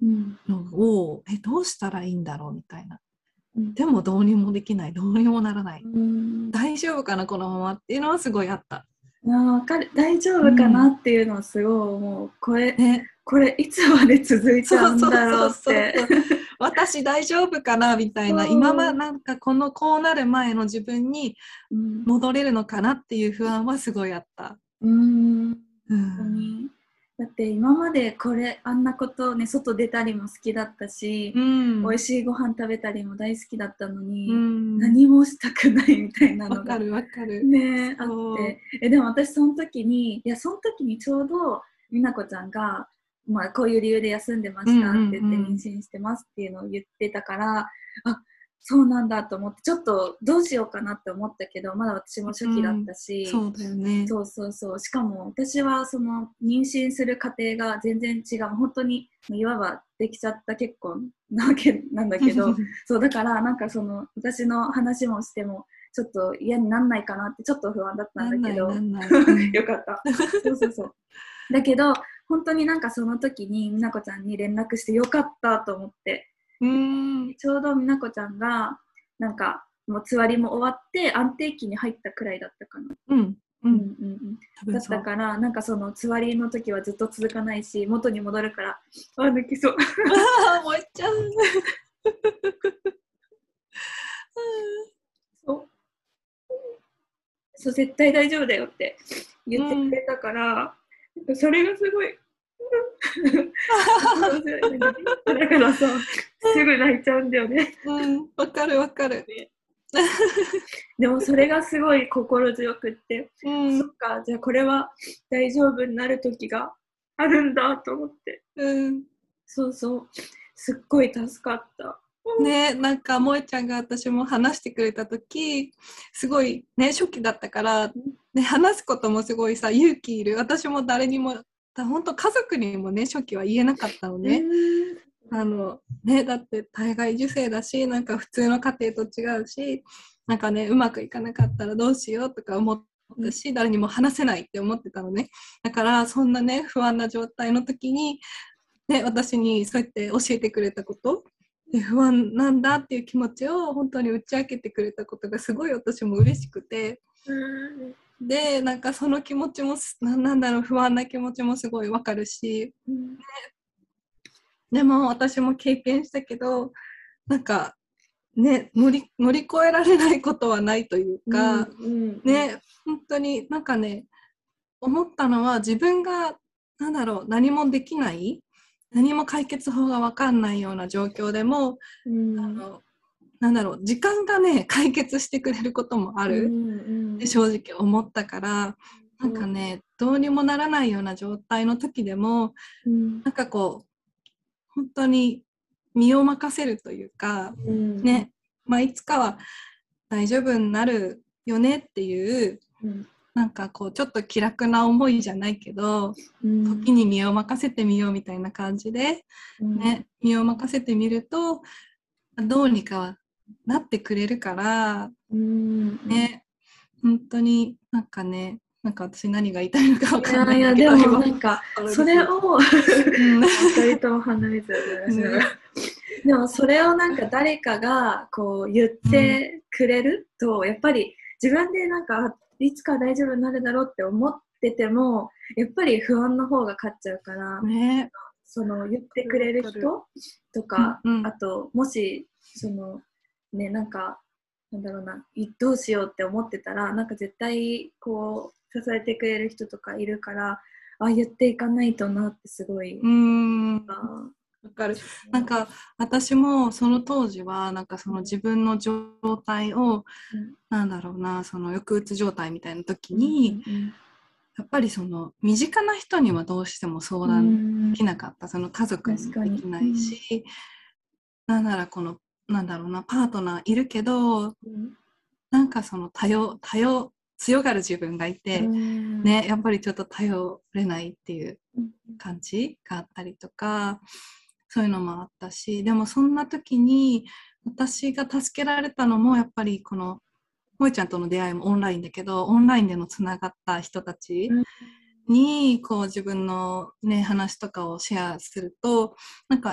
のを、えどうしたらいいんだろうみたいな、うん、でもどうにもできない、どうにもならない、うん、大丈夫かなこのままっていうのはすごいあった。 あ、分かる、大丈夫かなっていうのはすごい思う、これ、ね、これいつまで続いちゃうんだろうって。 私大丈夫かなみたいな、今はなんかこのこうなる前の自分に戻れるのかなっていう不安はすごいあった。 うん、うん、だって今までこれあんなことね、外出たりも好きだったし、うん、美味しいご飯食べたりも大好きだったのに、うん、何もしたくないみたいなのがねあって、えでも私その時にいやその時にちょうど美奈子ちゃんが、まあ、こういう理由で休んでましたって言って、妊娠してますっていうのを言ってたから、あ、そうなんだと思って、ちょっとどうしようかなって思ったけど、まだ私も初期だったし、 うん、そうだよね。 そうそうそう、しかも私はその妊娠する過程が全然違う、本当にいわばできちゃった結婚なわけなんだけどそうだからなんかその私の話もしてもちょっと嫌になんないかなってちょっと不安だったんだけどよかったそうそうそうだけど本当になんかその時に美奈子ちゃんに連絡してよかったと思って、うーん、ちょうど美奈子ちゃんがなんかもうつわりも終わって安定期に入ったくらいだったかな、うんうんうんうん、だったからなんかそのつわりの時はずっと続かないし元に戻るからあ抜きそう燃えちゃうそうそう絶対大丈夫だよって言ってくれたから、うん、それがすごいだからさすぐ泣いちゃうんだよね。 うん、わかるわかる。 でもそれがすごい心強くって、うん、そっかじゃあこれは大丈夫になる時があるんだと思って、うん、そうそうすっごい助かった。 ね、なんか萌ちゃんが私も話してくれた時すごいね初期だったから、ね、話すこともすごいさ勇気いる。私も誰にも本当家族にもね初期は言えなかったのね。あのねだって体外受精だしなんか普通の家庭と違うしなんかねうまくいかなかったらどうしようとか思ったし、うん、誰にも話せないって思ってたのね。だからそんなね不安な状態の時に、ね、私にそうやって教えてくれたことで不安なんだっていう気持ちを本当に打ち明けてくれたことがすごい私も嬉しくて、うん、でなんかその気持ちも な, なんだろう不安な気持ちもすごいわかるし、うん、でも私も経験したけどなんかね乗り、乗り越えられないことはないというか、うんうん、ね本当になんかね思ったのは自分がなんだろう何もできない何も解決法が分かんないような状況でも、うん、あのなんだろう時間がね解決してくれることもある、うんうん、って正直思ったからなんかねどうにもならないような状態の時でも、うん、なんかこう本当に身を任せるというか、うん、ね、まあ、いつかは大丈夫になるよねっていう、うん、なんかこうちょっと気楽な思いじゃないけど、うん、時に身を任せてみようみたいな感じで、うんね、身を任せてみるとどうにかはなってくれるから、うんね、本当になんかねなんか私何が言いたいのか分かんないんだけど、 いやいやでもなんかそれをふたりとも鼻水を流しながら、でもそれをなんか誰かがこう言ってくれると、うん、やっぱり自分でなんかいつか大丈夫になるだろうって思っててもやっぱり不安の方が勝っちゃうから、ね、その言ってくれる人とか、うんうん、あともしそのねなんかなんだろうなどうしようって思ってたらなんか絶対こう支えてくれる人とかいるからあ言っていかないとなってすごい。うーんわかる。なんか私もその当時はなんかその自分の状態を、うん、なんだろうなその抑うつ状態みたいな時に、うんうんうん、やっぱりその身近な人にはどうしても相談できなかった、うん、その家族にもできないし、うん、なんならこのなんだろうなパートナーいるけど、うん、なんかその頼頼強がる自分がいて、うんね、やっぱりちょっと頼れないっていう感じがあったりとかそういうのもあったしでもそんな時に私が助けられたのもやっぱりこの萌ちゃんとの出会いもオンラインだけどオンラインでのつながった人たちにこう自分の、ね、話とかをシェアするとなんか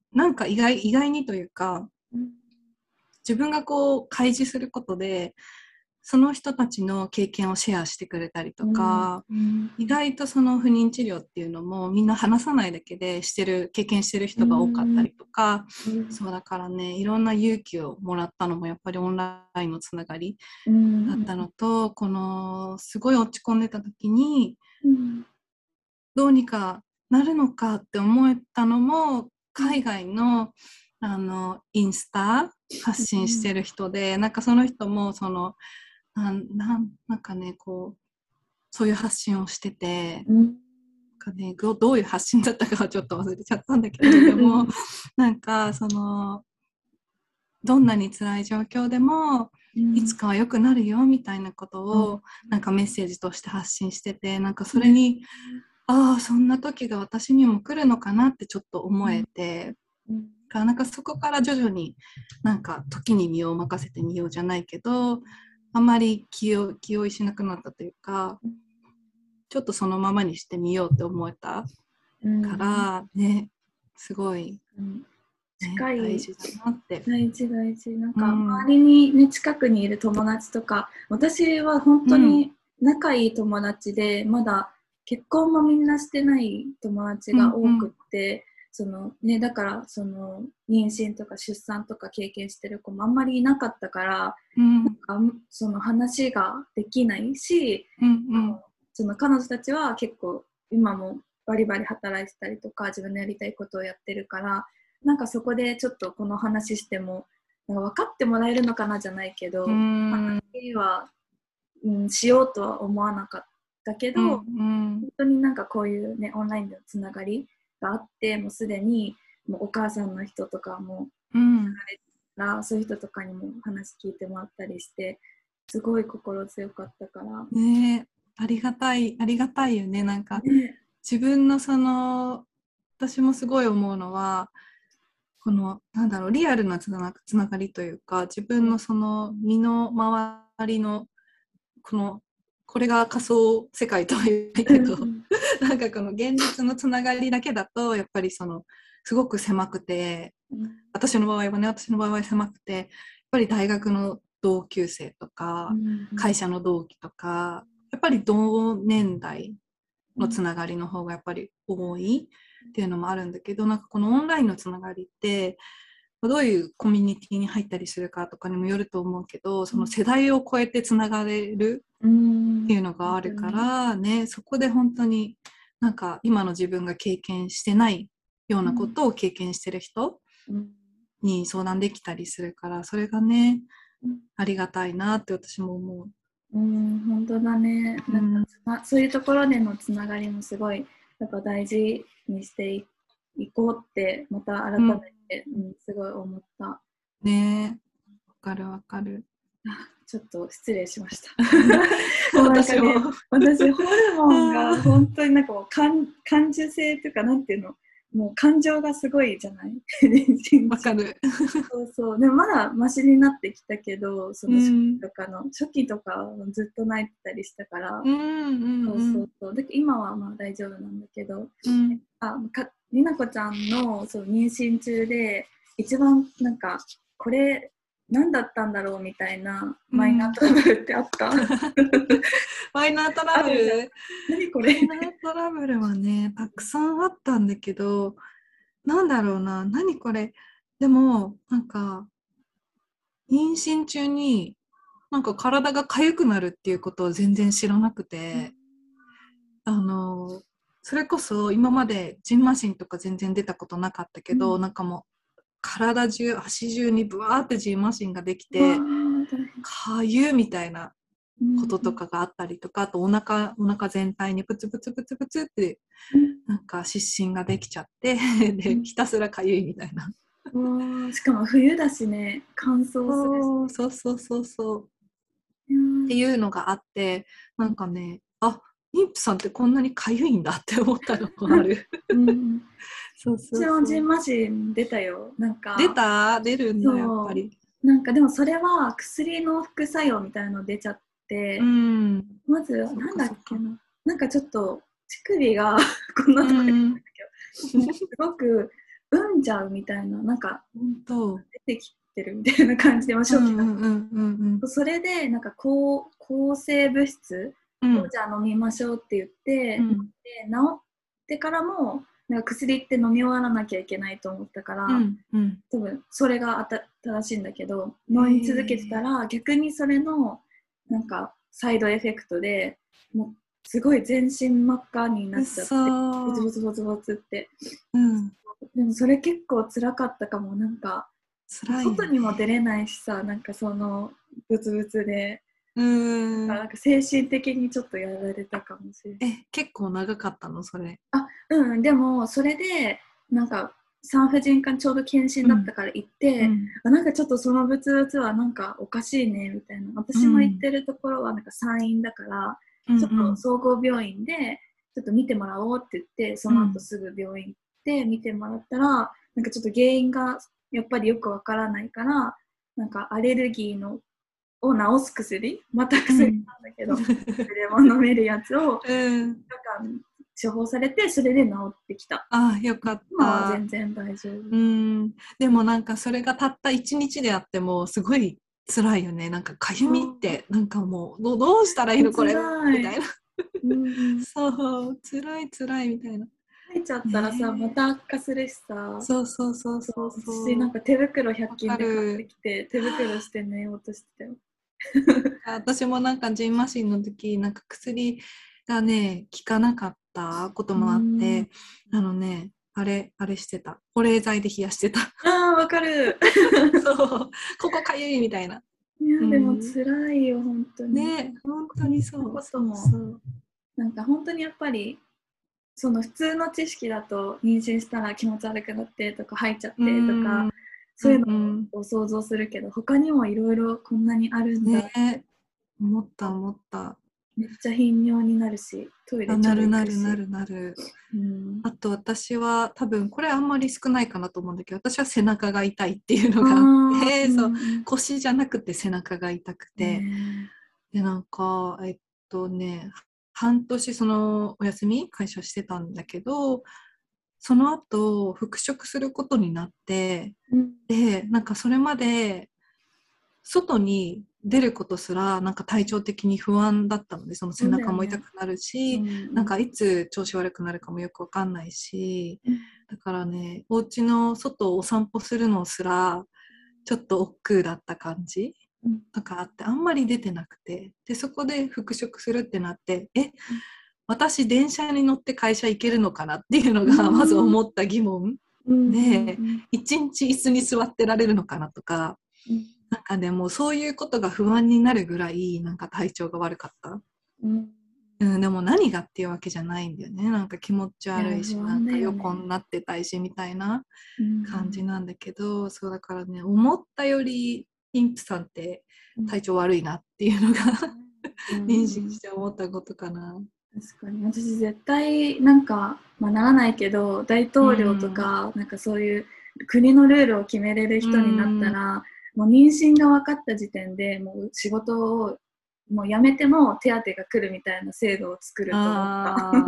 なんか意外、意外にというか、自分がこう開示することでその人たちの経験をシェアしてくれたりとか、うん、意外とその不妊治療っていうのもみんな話さないだけでしてる経験してる人が多かったりとか、うん、そうだからね、いろんな勇気をもらったのもやっぱりオンラインのつながりだったのと、うん、このすごい落ち込んでた時に、うん、どうにかなるのかって思えたのも海外のあのインスタ発信してる人で、なんかその人もそのなんなんなんかねこうそういう発信をしてて、うん、なんかね、どういう発信だったかはちょっと忘れちゃったんだけどでもなんかそのどんなに辛い状況でも、うん、いつかは良くなるよみたいなことを、うん、なんかメッセージとして発信してて、なんかそれに、うん、ああそんな時が私にも来るのかなってちょっと思えて、うん、なんかそこから徐々になんか時に身を任せてみようじゃないけど、あまり気を気負いしなくなったというか、ちょっとそのままにしてみようって思えたからね、すごい、ね、 近い大事だなって。 大事大事。なんか周りにね、近くにいる友達とか、私は本当に仲いい友達で、うん、まだ結婚もみんなしてない友達が多くって、うんうん、そのね、だからその妊娠とか出産とか経験してる子もあんまりいなかったから、うん、なんかその話ができないし、うんうん、その彼女たちは結構今もバリバリ働いてたりとか自分のやりたいことをやってるから、なんかそこでちょっとこの話してもなんか分かってもらえるのかなじゃないけど、話は、うん、しようとは思わなかったけど、うんうん、本当になんかこういう、ね、オンラインでのつながりがあってもうすでにもうお母さんの人とかもつながれたら、うん、そういう人とかにも話聞いてもらったりしてすごい心強かったから、 ね、ありがたいありがたいよね。なんか、ね、自分のその私もすごい思うのはこのなんだろうリアルなつなつながりというか、自分のその身の回りのこのこれが仮想世界とは言ないけどなんかこの現実のつながりだけだとやっぱりそのすごく狭くて、私の場合はね私の場合は狭くて、やっぱり大学の同級生とか会社の同期とかやっぱり同年代のつながりの方がやっぱり多いっていうのもあるんだけど、なんかこのオンラインのつながりってどういうコミュニティに入ったりするかとかにもよると思うけど、その世代を超えてつながれるっていうのがあるからね、そこで本当になんか今の自分が経験してないようなことを経験してる人に相談できたりするから、それがねありがたいなって私も思う。 うん、本当だね。なんかそういうところでのつながりもすごいやっぱ大事にしていこうってまた改めて、うんうん、すごい思った。 ねえ、わかるわかる。 ちょっと失礼しました。もうなんかね、私ホルモンが本当になんかもう感感受性というかなんていうの、もう感情がすごいじゃない。 わかる。 そうそう。でもまだマシになってきたけど、その初期とかの、うん、初期とかずっと泣いてたりしたから、うんうんうん、そうそうそう。で今はまあ大丈夫なんだけど、うん、あかりなこちゃんのそう妊娠中で一番なんかこれ何だったんだろうみたいなマイナートラブルってあった？うん、 マイナートラブル？ 何これ？ マイナートラブルはねたくさんあったんだけど、なんだろうな、何これ。でもなんか妊娠中になんか体が痒くなるっていうことを全然知らなくて、うん、あのそれこそ今までジンマシンとか全然出たことなかったけど、うん、なんかもう体中足中にブワーってジンマシンができてかゆみたいなこととかがあったりとか、あとお腹お腹全体にプツプツプツプツってなんか湿疹ができちゃってでひたすらかゆいみたいな。 しかも冬だしね、乾燥するし。 そうそうそうそうっていうのがあって、なんかね、あ、妊婦さんってこんなにかゆいんだって思ったのもある。うん、 そうそうそう。うちもジンマシン出たよ。なんか出た？出るんだやっぱり。 なんかでもそれは薬の副作用みたいなの出ちゃって、うん、まずなんだっけな、なんかちょっと乳首がこんなところにあるんだけど、すごく産んじゃうみたいな、なんか本当出てきてるみたいな感じで、まあ、初期だった、 うんうんうんうん、 それでなんか抗抗生物質をじゃあ飲みましょうって言って、うん、で治ってからもなんか薬って飲み終わらなきゃいけないと思ったから、うんうん、多分それがあた正しいんだけど、飲み続けてたら逆にそれのなんかサイドエフェクトでもうすごい全身真っ赤になっちゃって、ボツボツボツボツって、うん、でもそれ結構辛かったかも。なんか辛い、ね、外にも出れないしさ、なんかそのブツブツで、うーん、なんか精神的にちょっとやられたかもしれない。 え、結構長かったのそれ？ あ、うん、でもそれでなんか産婦人科にちょうど検診だったから行って、うん、あ、なんかちょっとそのブツブツはなんかおかしいねみたいな。私も行ってるところはなんか産院だから、うん、ちょっと総合病院でちょっと見てもらおうって言って、その後すぐ病院行って見てもらったら、なんかちょっと原因がやっぱりよくわからないから、なんかアレルギーのを治す薬、また薬なんだけど、うん、それも飲めるやつを、うん、なんか処方されて、それで治ってきた。 あ、よかった。 今は全然大丈夫。 うん、でもなんかそれがたったいちにちであってもすごい辛いよね。なんかかゆみってなんかもう ど, どうしたらいいのこれみたいな。うん、そう辛い辛いみたいな。 吐いちゃったらさ、ね、また悪化するしさ。 そうそうそうそうそう。 私なんか手袋ひゃく均で買ってきて手袋して寝ようとしてたよ。 私もなんかジンマシンの時なんか薬がね効かなかったこともあって、あのねあれあれしてた、保冷剤で冷やしてた。 あーわかる。 そうここかゆいみたいな。 いやでも辛いよ、うん、本当にね、本当にそう。 こともそうなんか本当にやっぱりその普通の知識だと妊娠したら気持ち悪くなってとか吐いちゃってとかそういうのを想像するけど、うん、他にもいろいろこんなにあるんだって、ね、 思った思った。 めっちゃ頻尿になるしトイレちょっと行くしなるなるなるなる、うん、あと私は多分これあんまり少ないかなと思うんだけど、私は背中が痛いっていうのがあって、うん、そう腰じゃなくて背中が痛くて、でなんかえっとね半年そのお休み会社してたんだけど、その後復職することになって、うん、でなんかそれまで外に出ることすらなんか体調的に不安だったので、その背中も痛くなるし、ね、うんうん、なんかいつ調子悪くなるかもよくわかんないし、うん、だからねお家の外をお散歩するのすらちょっと億劫だった感じとかあって、あんまり出てなくて、でそこで復職するってなって、え、私電車に乗って会社行けるのかなっていうのがまず思った疑問、うん、で一日椅子に座ってられるのかなとか、うん、なんかでもそういうことが不安になるぐらいなんか体調が悪かった、うんうん、でも何がっていうわけじゃないんだよね。なんか気持ち悪いし、いなんか横になってたいしみたいな感じなんだけど、うん、そうだからね思ったより妊婦さんって体調悪いなっていうのが、うん、認識して思ったことかな。 確かに私絶対なんか、まあ、ならないけど大統領とか、うん、なんかそういう国のルールを決めれる人になったら、うん、もう妊娠が分かった時点でもう仕事をもう辞めても手当が来るみたいな制度を作ると思った。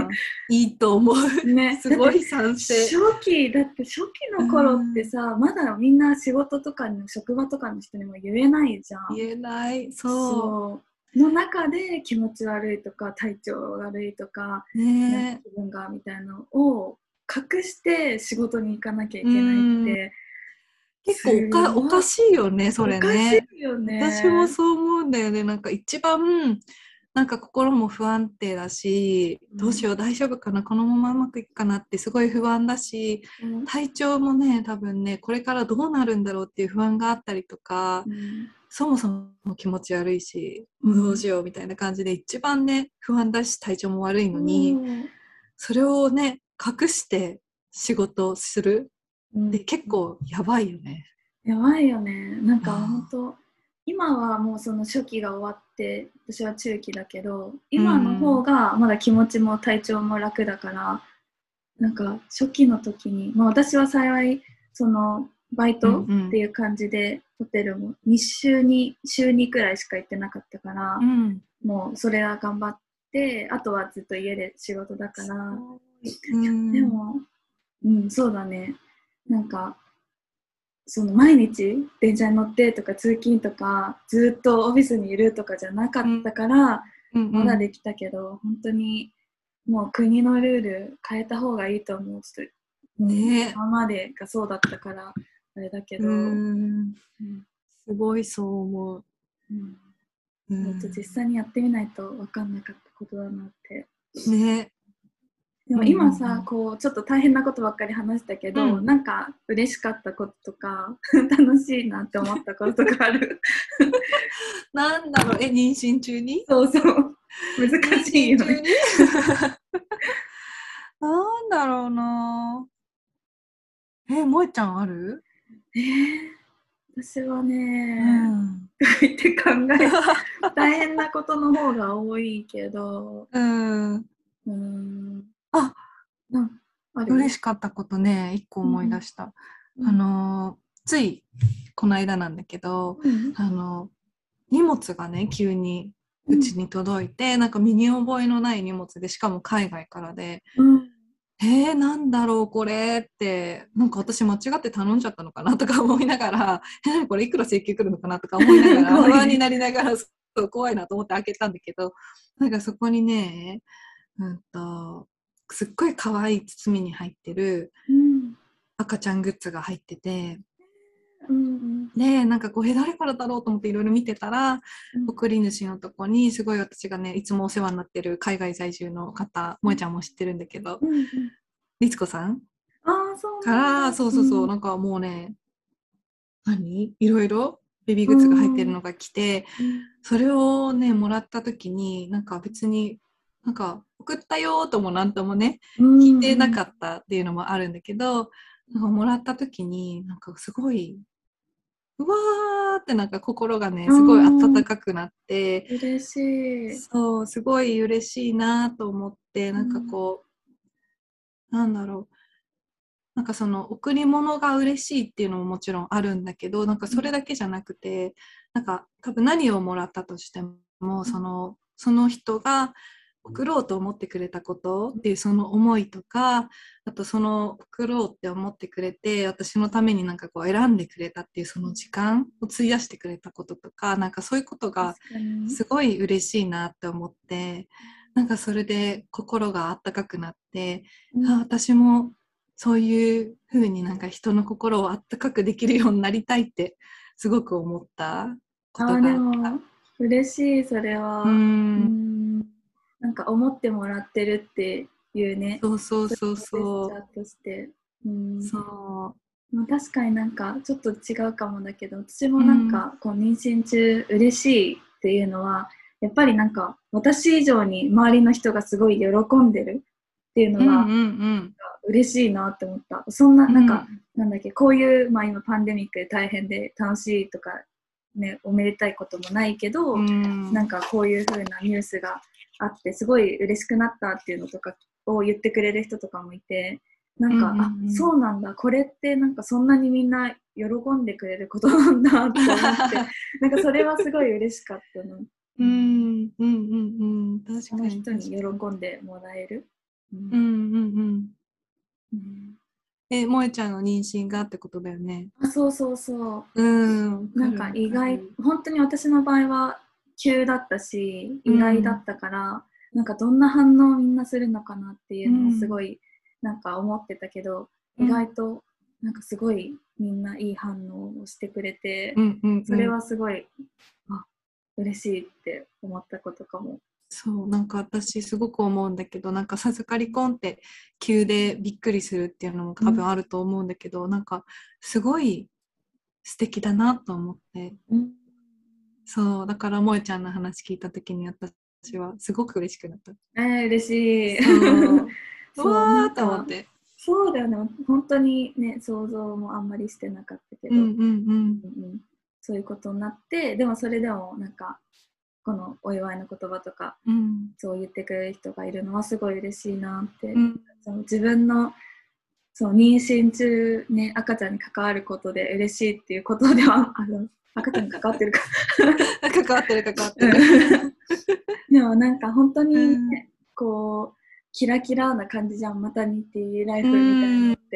いいと思う。ね、すごい賛成。 初期だって初期の頃ってさ、まだみんな仕事とかの職場とかの人にも言えないじゃん。 言えない。そう。 そうの中で気持ち悪いとか体調悪いとか、ね、気分がみたいなのを隠して仕事に行かなきゃいけないって結構おか、おかしいよねそれね。 おかしいよね。 私もそう思うんだよね。なんか一番なんか心も不安定だし、どうしよう大丈夫かな、このままうまくいくかなってすごい不安だし、うん、体調もね多分ねこれからどうなるんだろうっていう不安があったりとか、うん、そもそも気持ち悪いし、うん、どうしようみたいな感じで一番ね不安だし体調も悪いのに、うん、それをね隠して仕事をするって結構やばいよね。 やばいよね。なんか本当今はもうその初期が終わって私は中期だけど今の方がまだ気持ちも体調も楽だから、うん、なんか初期の時に、まあ、私は幸いそのバイトっていう感じで、うんうん、ホテルもに週に週にくらいしか行ってなかったから、うん、もうそれは頑張ってあとはずっと家で仕事だから、うん、でも、うん、そうだね。 なんかその毎日電車に乗ってとか通勤とかずっとオフィスにいるとかじゃなかったから、うんうん、まだできたけど、本当にもう国のルール変えた方がいいと思う。ちょっとね、今までがそうだったからあれだけど、うん、 すごいそう思う。 うんうん、と実際にやってみないと分かんなかったことだなって。 ね。 でも今さ、うんうんうん、こうちょっと大変なことばっかり話したけど、うん、なんか嬉しかったこととか楽しいなって思ったこととかある？ なんだろう、え、妊娠中に？ そうそう、難しいよね。 なんだろうな。え、萌ちゃんある？ えー、私はね、うん、言って考え大変なことの方が多いけど、うん、うーんあ、なんある？嬉しかったことね、一個思い出した。うん、あのついこの間なんだけど、うん、あの荷物がね急にうちに届いて、うん、なんか身に覚えのない荷物で、しかも海外からで、うん、えー、なんだろうこれって、なんか私間違って頼んじゃったのかなとか思いながら、え、何これいくら請求来るのかなとか思いながら不安になりながらそう怖いなと思って開けたんだけど、なんかそこにね、うんとすっごい可愛い包みに入ってる赤ちゃんグッズが入ってて、うんうん、でなんかこれ誰からだろうと思っていろいろ見てたら、うん、送り主のとこにすごい私がねいつもお世話になってる海外在住の方、萌ちゃんも知ってるんだけど、うんうん、律子さんあそうからそうそうそう、うん、なんかもうね何いろいろベビーグッズが入ってるのが来て、うん、それをねもらった時になんか別になんか送ったよともなんともね、うん、聞いてなかったっていうのもあるんだけど、なんかもらった時になんかすごいうわーってなんか心がねすごい温かくなって、 うん、嬉しい。 そうすごい嬉しいなと思って、なんかこう、うん、なんだろう、なんかその贈り物が嬉しいっていうのももちろんあるんだけど、なんかそれだけじゃなくて、なんか多分何をもらったとしても、そのその人が送ろうと思ってくれたことっていうその思いとか、あとその送ろうって思ってくれて私のためになんかこう選んでくれたっていうその時間を費やしてくれたこととか、なんかそういうことがすごい嬉しいなって思って、なんかそれで心があったかくなって、うん、あ、私もそういう風になんか人の心をあったかくできるようになりたいってすごく思ったことがあった。あ、でも嬉しい、それは。うん、なんか思ってもらってるっていうね。 そうそうそうそう。 ジェスチャーとして。うん、そう。まあ、確かになんかちょっと違うかもだけど、私もなんかこう妊娠中嬉しいっていうのは、やっぱりなんか私以上に周りの人がすごい喜んでるっていうのは、うんうんうん、嬉しいなって思った。そんな、なんか、うん、なんだっけ、こういう、まあ今パンデミックで大変で楽しいとか、ね、おめでたいこともないけど、うん、なんかこういう風なニュースがあって、すごい嬉しくなったっていうのとかを言ってくれる人とかもいて、なんか、うんうんうん、あ、そうなんだ、これってなんかそんなにみんな喜んでくれることなんだって思って、なんかそれはすごい嬉しかったの。 うん、うんうんうん、確かに。 その人に喜んでもらえる。 うんうんうんうん。え、萌ちゃんの妊娠がってことだよね。 あ、そうそうそう。うん。なんか意外、本当に私の場合は急だったし、意外だったから、うん、なんかどんな反応みんなするのかなっていうのをすごいなんか思ってたけど、うん、意外となんかすごいみんないい反応をしてくれて、うんうんうん、それはすごい、あ、嬉しいって思ったことかも。 そう、なんか私すごく思うんだけど、なんか授かり婚って急でびっくりするっていうのも多分あると思うんだけど、うん、なんかすごい素敵だなと思って、うん、そうだから萌ちゃんの話聞いた時に私はすごく嬉しくなった。 えー、嬉しい。そうそうわーと思って。 そうだよね、本当にね、想像もあんまりしてなかったけど、うんうんうんうん、そういうことになって、でもそれでもなんかこのお祝いの言葉とか、うん、そう言ってくれる人がいるのはすごい嬉しいなって、うん、その自分のそう妊娠中、ね、赤ちゃんに関わることで嬉しいっていうことではあの赤ちゃんに関わってるか関わってる関わってるでもなんか本当に、ね、うん、こうキラキラな感じじゃん、マタニティライフみたいなのって、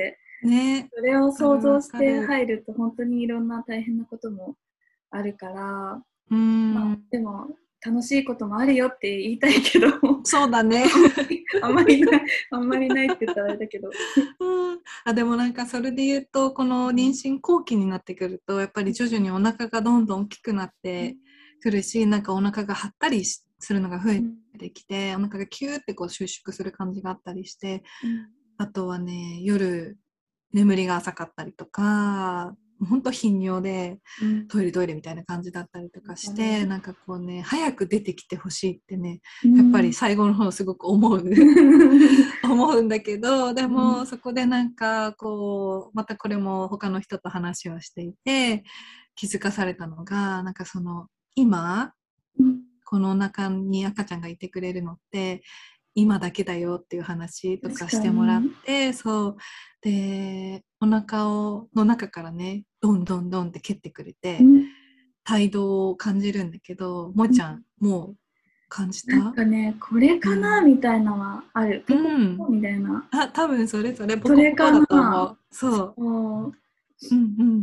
ね、 それを想像して入ると本当にいろんな大変なこともあるから、 うん、 まあ、でも楽しいこともあるよって言いたいけど、 そうだね。 あんまりない、あんまりないって言ったらあれだけど。 うん、あでもなんかそれで言うと、この妊娠後期になってくると、やっぱり徐々にお腹がどんどん大きくなってくるし、なんかお腹が張ったりするのが増えてきて、お腹がキューってこう収縮する感じがあったりして、あとはね、夜眠りが浅かったりとか、ほんと頻尿でトイレトイレみたいな感じだったりとかして、うん、なんかこうね、早く出てきてほしいってね、やっぱり最後の方すごく思う思うんだけど、でもそこでなんかこうまたこれも他の人と話をしていて気づかされたのが、なんかその今このお腹に赤ちゃんがいてくれるのって今だけだよっていう話とかしてもらって、そうでお腹をの中からねどんどんどんって蹴ってくれて、うん、胎動を感じるんだけど、もーちゃん、うん、もう感じた？ なんかね、これかな、うん、みたいなのはある。ポコポコみたいな。 あ、多分それそれポコポコだと思う。そう。うんうん。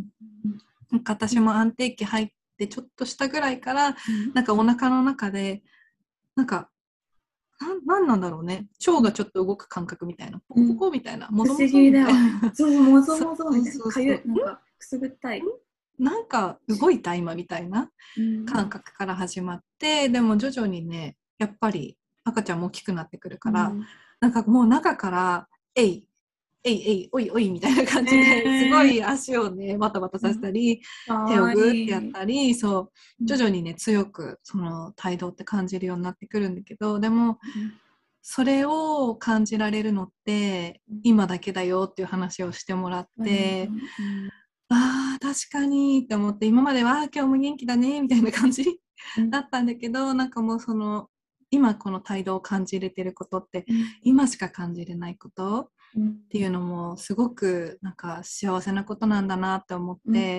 なんか私も安定期入ってちょっとしたぐらいから、うん、なんかお腹の中でなんかな、なんなんだろうね。腸がちょっと動く感覚みたいな。ポコポコみたいな。もぞもぞみたいな。 そうそう、もぞもぞみたいな。かゆい、なんかくすぐったい。 なんか動いた今みたいな感覚から始まって、うん、でも徐々にね、やっぱり赤ちゃんも大きくなってくるから、うん、なんかもう中から、えい、えいえい、おいおいみたいな感じで、すごい足をね、バタバタさせたり、うん、手をグーってやったり、そう、徐々にね、強くその胎動って感じるようになってくるんだけど、でも、それを感じられるのって、今だけだよっていう話をしてもらって、ああ、確かにって思って、今までは今日も元気だねみたいな感じだったんだけど、なんかもうその、今この態度を感じれてることって、うん、今しか感じれないことっていうのもすごくなんか幸せなことなんだなって思って、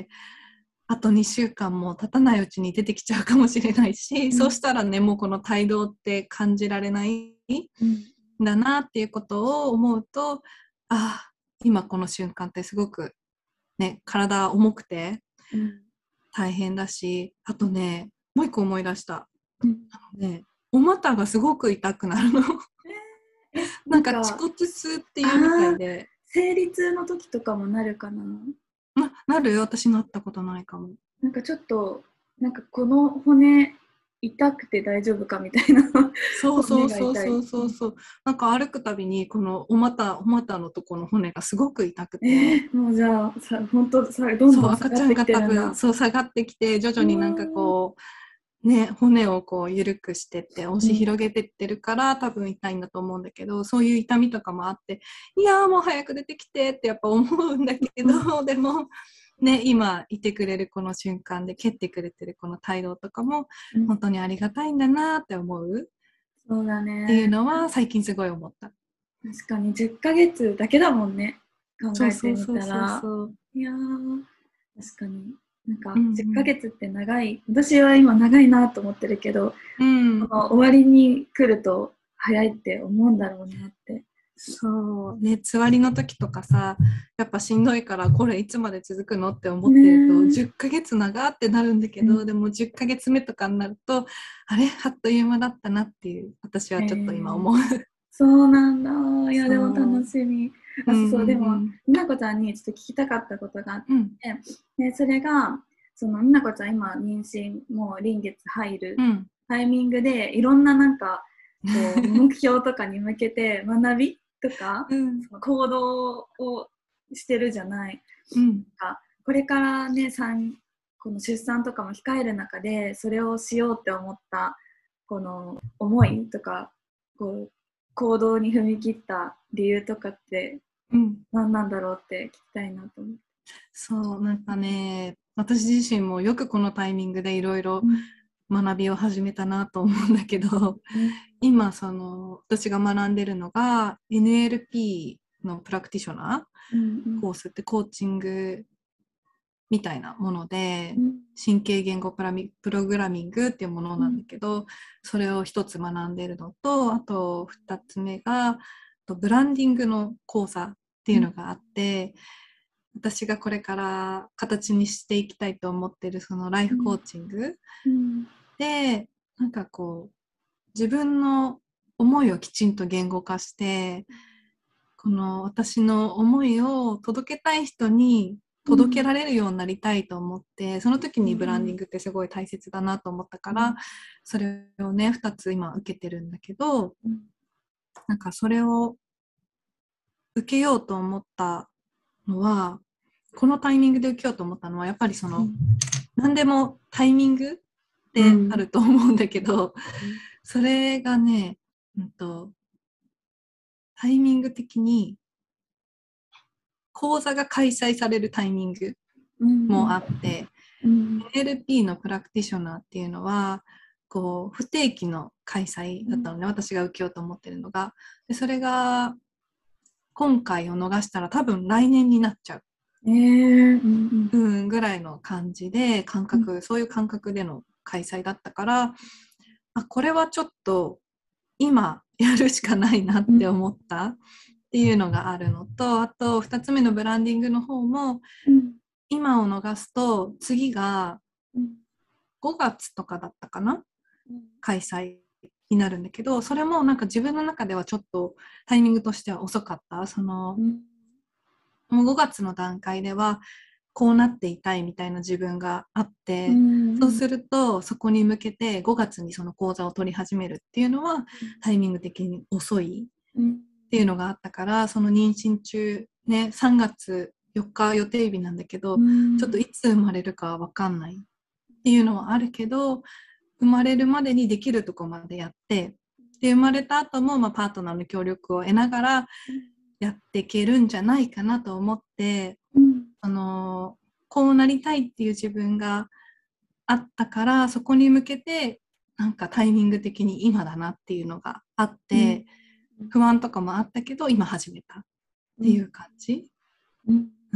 うん、あとにしゅうかんも経たないうちに出てきちゃうかもしれないし、うん、そうしたらね、もうこの態度って感じられないんだなっていうことを思うと、ああ、今この瞬間ってすごくね、体重くて大変だし、あとね、もう一個思い出した。うん、あのね、お股がすごく痛くなるの。えー、なんか恥骨痛っていうみたいで。 生理痛の時とかもなるかな？ な、なる？私なったことないかも。 なんかちょっと、なんかこの骨痛くて大丈夫かみたいな。 そうそうそうそうそうそう。なんか歩くたびにこのお股お股のとこの骨がすごく痛くて。 えー、もうじゃあさ本当さどんどん下がってきてるんだ。そう、赤ちゃんが多分そう下がってきて徐々になんかこうね骨をこう緩くしてって押し広げてってるから、うん、多分痛いんだと思うんだけど、そういう痛みとかもあって、いやーもう早く出てきてってやっぱ思うんだけど、うん、でも。ね、今いてくれるこの瞬間で蹴ってくれてるこの態度とかも本当にありがたいんだなって思う、 そうだねっていうのは最近すごい思った。 確かにじゅっかげつだけだもんね、考えてみたら。いやー確かになんかじゅっかげつって長い、うんうん、私は今長いなと思ってるけど、うん、この終わりに来ると早いって思うんだろうなって。 そうね、つわりの時とかさ、やっぱしんどいからこれいつまで続くのって思ってると、じゅっかげつ長ってなるんだけど、うん、でもじゅっかげつめとかになるとあれあっという間だったなっていう私はちょっと今思う、えー、 そうなんだ。いやでも楽しみ。あ、そうそう、でもみなこちゃんにちょっと聞きたかったことがあって、うん、でそれがそのみなこちゃん今妊娠もう臨月入るタイミングで、うん、いろんななんかこう目標とかに向けて学びとか、うん、その行動をしてるじゃない、うん、これからね産この出産とかも控える中でそれをしようって思ったこの思いとかこう行動に踏み切った理由とかって何なんだろうって聞きたいなと思って。 そうなんかね、私自身もよくこのタイミングでいろいろ学びを始めたなと思うんだけど、うん、今その私が学んでるのが エヌエルピー のプラクティショナーコースってコーチングみたいなもので、うん、神経言語プログラミングっていうものなんだけど、うん、それを一つ学んでるのと、あと二つ目がブランディングの講座っていうのがあって、うん、私がこれから形にしていきたいと思ってるそのライフコーチング、うん、でなんかこう自分の思いをきちんと言語化して、この私の思いを届けたい人に届けられるようになりたいと思って、うん、その時にブランディングってすごい大切だなと思ったから、うん、それをねふたつ今受けてるんだけど、うん、なんかそれを受けようと思ったのは、このタイミングで受けようと思ったのはやっぱりその、うん、何でもタイミングってあると思うんだけど、うん、それがね、うんと、タイミング的に講座が開催されるタイミングもあって、うん、エヌエルピー のプラクティショナーっていうのはこう不定期の開催だったのね、うん、私が受けようと思ってるのが。でそれが今回を逃したら多分来年になっちゃう、えーうんうん、ぐらいの感じで感覚、うん、そういう感覚での開催だったから、あこれはちょっと今やるしかないなって思ったっていうのがあるのと、あとふたつめのブランディングの方も、うん、今を逃すと次がごがつとかだったかな、うん、開催になるんだけど、それもなんか自分の中ではちょっとタイミングとしては遅かった。その、うん、もうごがつの段階ではこうなっていたいみたいな自分があって、うん、そうするとそこに向けてごがつにその講座を取り始めるっていうのはタイミング的に遅いっていうのがあったから、その妊娠中ねさんがつよっか予定日なんだけど、うん、ちょっといつ生まれるか分かんないっていうのはあるけど、生まれるまでにできるとこまでやって、で生まれた後もまあパートナーの協力を得ながらやっていけるんじゃないかなと思って、うん、あのこうなりたいっていう自分があったから、そこに向けてなんかタイミング的に今だなっていうのがあって、うん、不安とかもあったけど今始めたっていう感じ、 うんうん、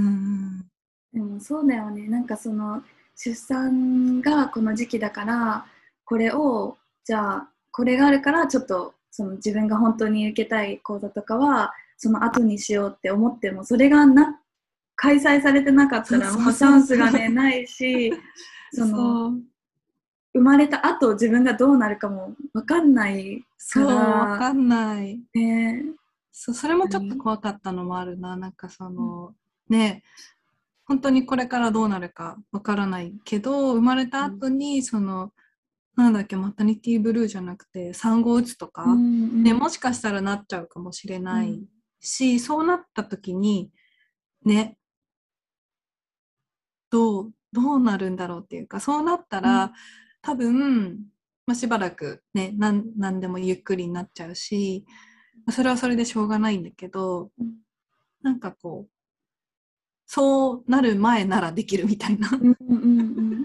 でもそうだよね。なんかその出産がこの時期だからこれをじゃあこれがあるからちょっとその自分が本当に受けたい講座とかはその後にしようって思っても、それがな開催されてなかったらもうチャンスがねないし、その生まれた後自分がどうなるかも分かんないから。そう分かんない、ね、そうそれもちょっと怖かったのもあるな。なんかその、うん、ね本当にこれからどうなるか分からないけど、生まれた後にその、うん、なんだっけマタニティブルーじゃなくて産後うつとか、うんうん、ね、もしかしたらなっちゃうかもしれないし、うん、そうなった時にねどうどうなるんだろうっていうか、そうなったら、うん、多分、まあ、しばらくね何何でもゆっくりになっちゃうし、それはそれでしょうがないんだけど、うん、なんかこうそうなる前ならできるみたいな、うんうんうん、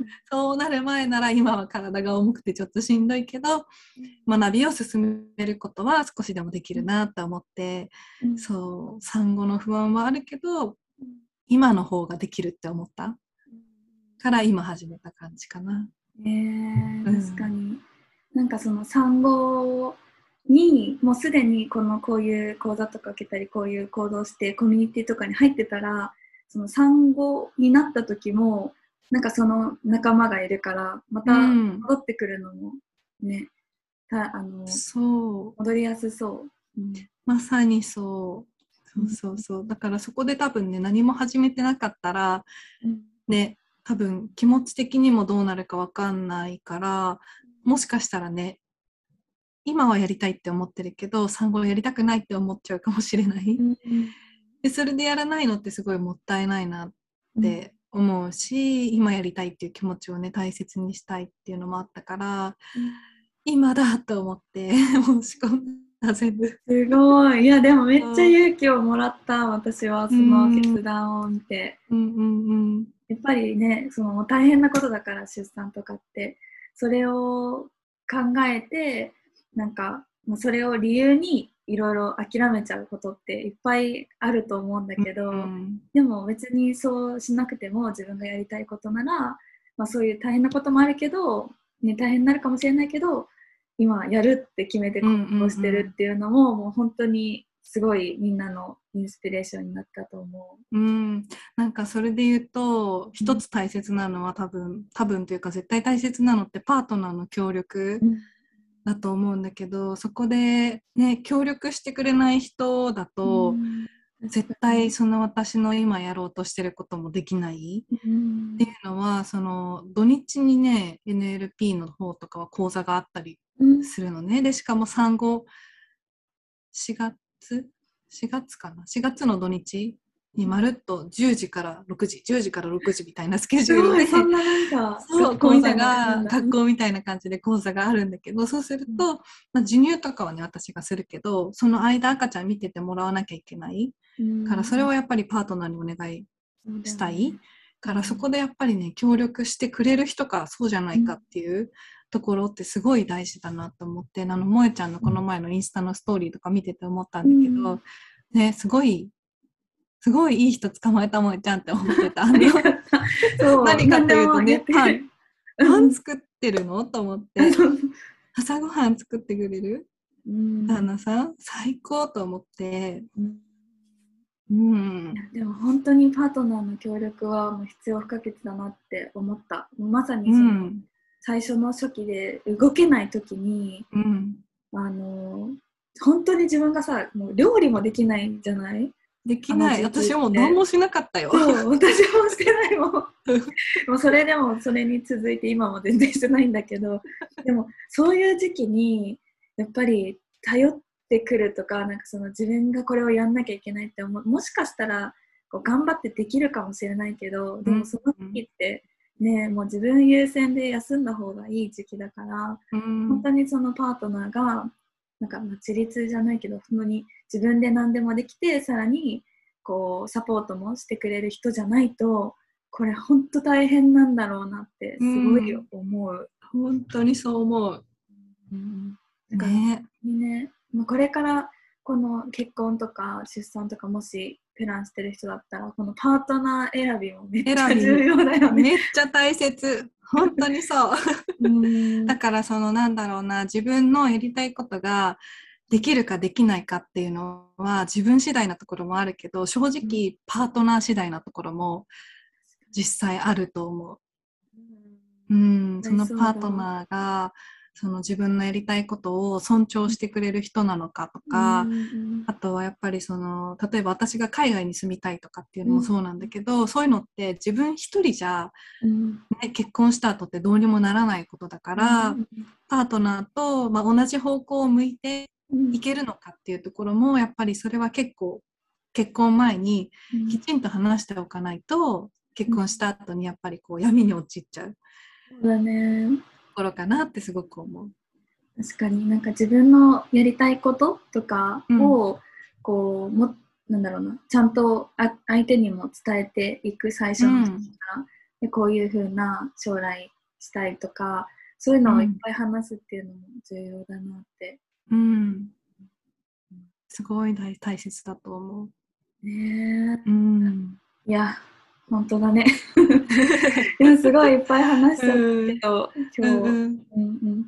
そうなる前なら今は体が重くてちょっとしんどいけど学びを進めることは少しでもできるなと思って、うん、そう産後の不安はあるけど今の方ができるって思ったから今始めた感じかな。 えー、確かに、うん、なんかその産後にもうすでにこのこういう講座とか受けたりこういう行動してコミュニティとかに入ってたら、その産後になった時もなんかその仲間がいるからまた戻ってくるのもね、うん、たあのそう戻りやすそう、 うん、まさにそうそうそうそう、だからそこで多分ね何も始めてなかったら、うん、ね多分気持ち的にもどうなるか分かんないから、もしかしたらね今はやりたいって思ってるけど産後やりたくないって思っちゃうかもしれない、うん、でそれでやらないのってすごいもったいないなって思うし、うん、今やりたいっていう気持ちをね大切にしたいっていうのもあったから、うん、今だと思って申し込んだ全部。 すごい。いやでもめっちゃ勇気をもらった。私はその決断を見て、うんうんうん、やっぱりねその大変なことだから出産とかってそれを考えてなんかもうそれを理由にいろいろ諦めちゃうことっていっぱいあると思うんだけど、うん、でも別にそうしなくても自分がやりたいことなら、まあ、そういう大変なこともあるけど、ね、大変になるかもしれないけど今やるって決めて行動してるっていうのも、うんうんうん、もう本当にすごいみんなのインスピレーションになったと思う。 うん、なんかそれで言うと一つ大切なのは多分多分というか絶対大切なのってパートナーの協力だと思うんだけど、そこでね協力してくれない人だと、うん、絶対その私の今やろうとしてることもできないっていうのは、その土日にね エヌエルピー の方とかは講座があったりするのね。でしかも産後しがつしがつかなしがつの土日にまるっとじゅうじからろくじじゅうじからろくじみたいなスケジュールでそんななんかそう講座が学校みたいな感じで講座があるんだけど、そうすると、うん、まあ、授乳とかはね私がするけどその間赤ちゃん見ててもらわなきゃいけないからそれはやっぱりパートナーにお願いしたいからそこでやっぱりね協力してくれる人かそうじゃないかっていうところってすごい大事だなと思って、あの萌ちゃんのこの前のインスタのストーリーとか見てて思ったんだけど、うん、ねすごいすごいいい人捕まえた萌ちゃんって思ってた。何かというとねパンパン作ってるのと思って朝ごはん作ってくれる旦那さん最高と思って、うんうん、 でも本当にパートナーの協力はもう必要不可欠だなって思った。まさにその、うん最初の初期で動けない時に、うん、あの本当に自分がさもう料理もできないじゃないできない私はもう何もしなかったよそう私もしてないもんもうそれでもそれに続いて今も全然してないんだけどでもそういう時期にやっぱり頼ってくるとかなんかその自分がこれをやんなきゃいけないって思うもしかしたらこう頑張ってできるかもしれないけどでもその時って、うんね、もう自分優先で休んだ方がいい時期だから、うん、本当にそのパートナーがなんか自立じゃないけど本当に自分で何でもできてさらにこうサポートもしてくれる人じゃないとこれ本当大変なんだろうなってすごい思う、 うん、本当にそう思う、 うん、だからね、ねもうこれからこの結婚とか出産とかもしプランしてる人だったらこのパートナー選びもめっちゃ重要だよね。 めっちゃ大切本当にそううんだからそのなんだろうな自分のやりたいことができるかできないかっていうのは自分次第なところもあるけど正直パートナー次第なところも実際あると思う。うん、そのパートナーがその自分のやりたいことを尊重してくれる人なのかとか、うんうん、あとはやっぱりその例えば私が海外に住みたいとかっていうのもそうなんだけど、うん、そういうのって自分一人じゃ、ね、結婚した後ってどうにもならないことだから、うん、パートナーと、まあ、同じ方向を向いていけるのかっていうところもやっぱりそれは結構結婚前にきちんと話しておかないと、結婚した後にやっぱりこう闇に陥っちゃう。 そうだね。 ところかなってすごく思う。 確かになんか自分のやりたいこととかを、うん、こうもなんだろうなちゃんとあ相手にも伝えていく最初の時から、うん、でこういう風な将来したいとかそういうのをいっぱい話すっていうのも重要だなって。 うん、うん、すごい 大, 大切だと思う。 ねえ、うん、いや本当だねいやすごいいっぱい話しちゃったけど、うん、今日、うんうんうん、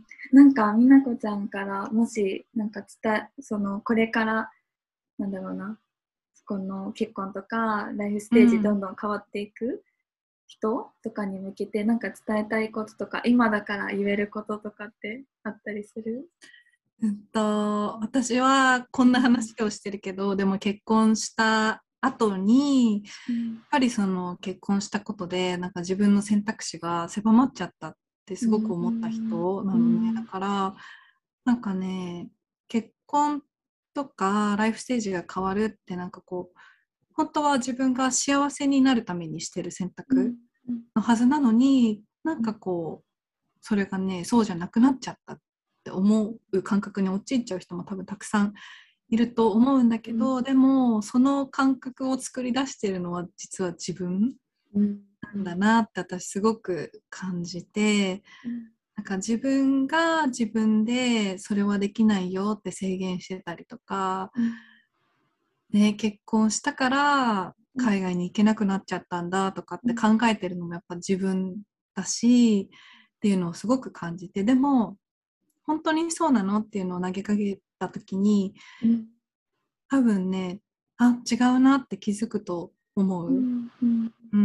なんか美奈子ちゃんからもしなんか伝えそのこれからなんだろうなこの結婚とかライフステージどんどん変わっていく人とかに向けてなんか伝えたいこととか今だから言えることとかってあったりする？ うんと私はこんな話をしてるけど、うん、でも結婚した後に、うん、やっぱりその結婚したことでなんか自分の選択肢が狭まっちゃったってすごく思った人なのね、うん、だからなんかね結婚とかライフステージが変わるってなんかこう本当は自分が幸せになるためにしてる選択のはずなのに、うん、なんかこうそれがねそうじゃなくなっちゃったって思う感覚に陥っちゃう人も多分たくさんいると思うんだけど、うん、でもその感覚を作り出しているのは実は自分なんだなって私すごく感じて、うん、なんか自分が自分でそれはできないよって制限してたりとか、うんね、結婚したから海外に行けなくなっちゃったんだとかって考えてるのもやっぱ自分だしっていうのをすごく感じて、でも本当にそうなのっていうのを投げかけた時に、うん、多分ねあ、違うなって気づくと思う。うんうんうん、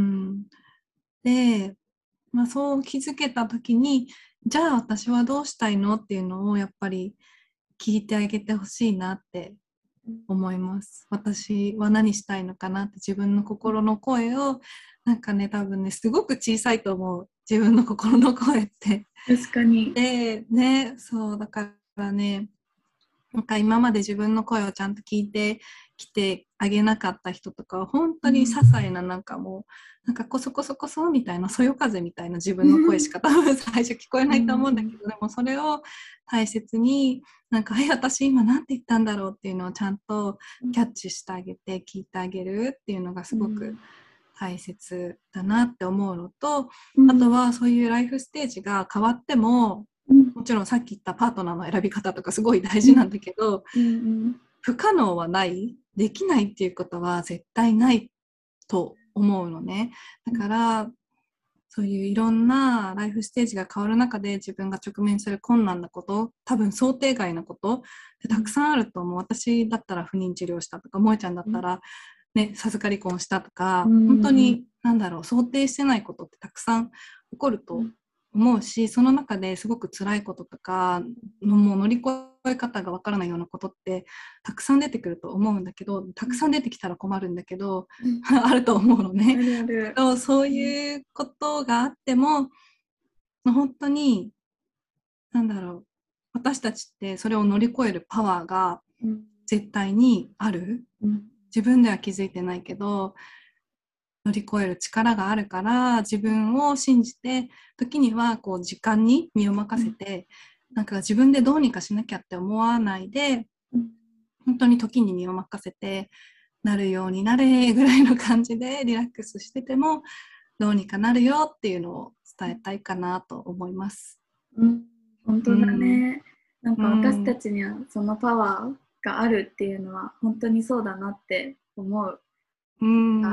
で、まあ、そう気づけた時に、じゃあ私はどうしたいのっていうのをやっぱり聞いてあげてほしいなって思います。私は何したいのかなって自分の心の声を、なんかね、多分ね、すごく小さいと思う。自分の心の声って。 確かに。 で、ね、そうだからね、なんか今まで自分の声をちゃんと聞いてきてあげなかった人とかは本当に些細ななんかもうなんかコソコソコソみたいなそよ風みたいな自分の声しか多分最初聞こえないと思うんだけど、でもそれを大切になんかえ私今なんて言ったんだろうっていうのをちゃんとキャッチしてあげて聞いてあげるっていうのがすごく大切だなって思うのと、あとはそういうライフステージが変わってももちろんさっき言ったパートナーの選び方とかすごい大事なんだけど、うんうん、不可能はない、できないっていうことは絶対ないと思うのね。だからそういういろんなライフステージが変わる中で自分が直面する困難なこと、多分想定外なことってたくさんあると思う。私だったら不妊治療したとか、萌ちゃんだったらね、授かり婚したとか、うんうん、本当に何だろう、想定してないことってたくさん起こると思うし、その中ですごく辛いこととかのもう乗り越え方がわからないようなことってたくさん出てくると思うんだけど、たくさん出てきたら困るんだけど、うん、あると思うのね。あるある。そう、そういうことがあっても本当に何だろう、私たちってそれを乗り越えるパワーが絶対にある、うん、自分では気づいてないけど乗り越える力があるから、自分を信じて時にはこう時間に身を任せて、うん、なんか自分でどうにかしなきゃって思わないで、うん、本当に時に身を任せてなるようになれぐらいの感じでリラックスしててもどうにかなるよっていうのを伝えたいかなと思います。 うん、本当だね、うん、なんか私たちにはそのパワーがあるっていうのは本当にそうだなって思う。うん、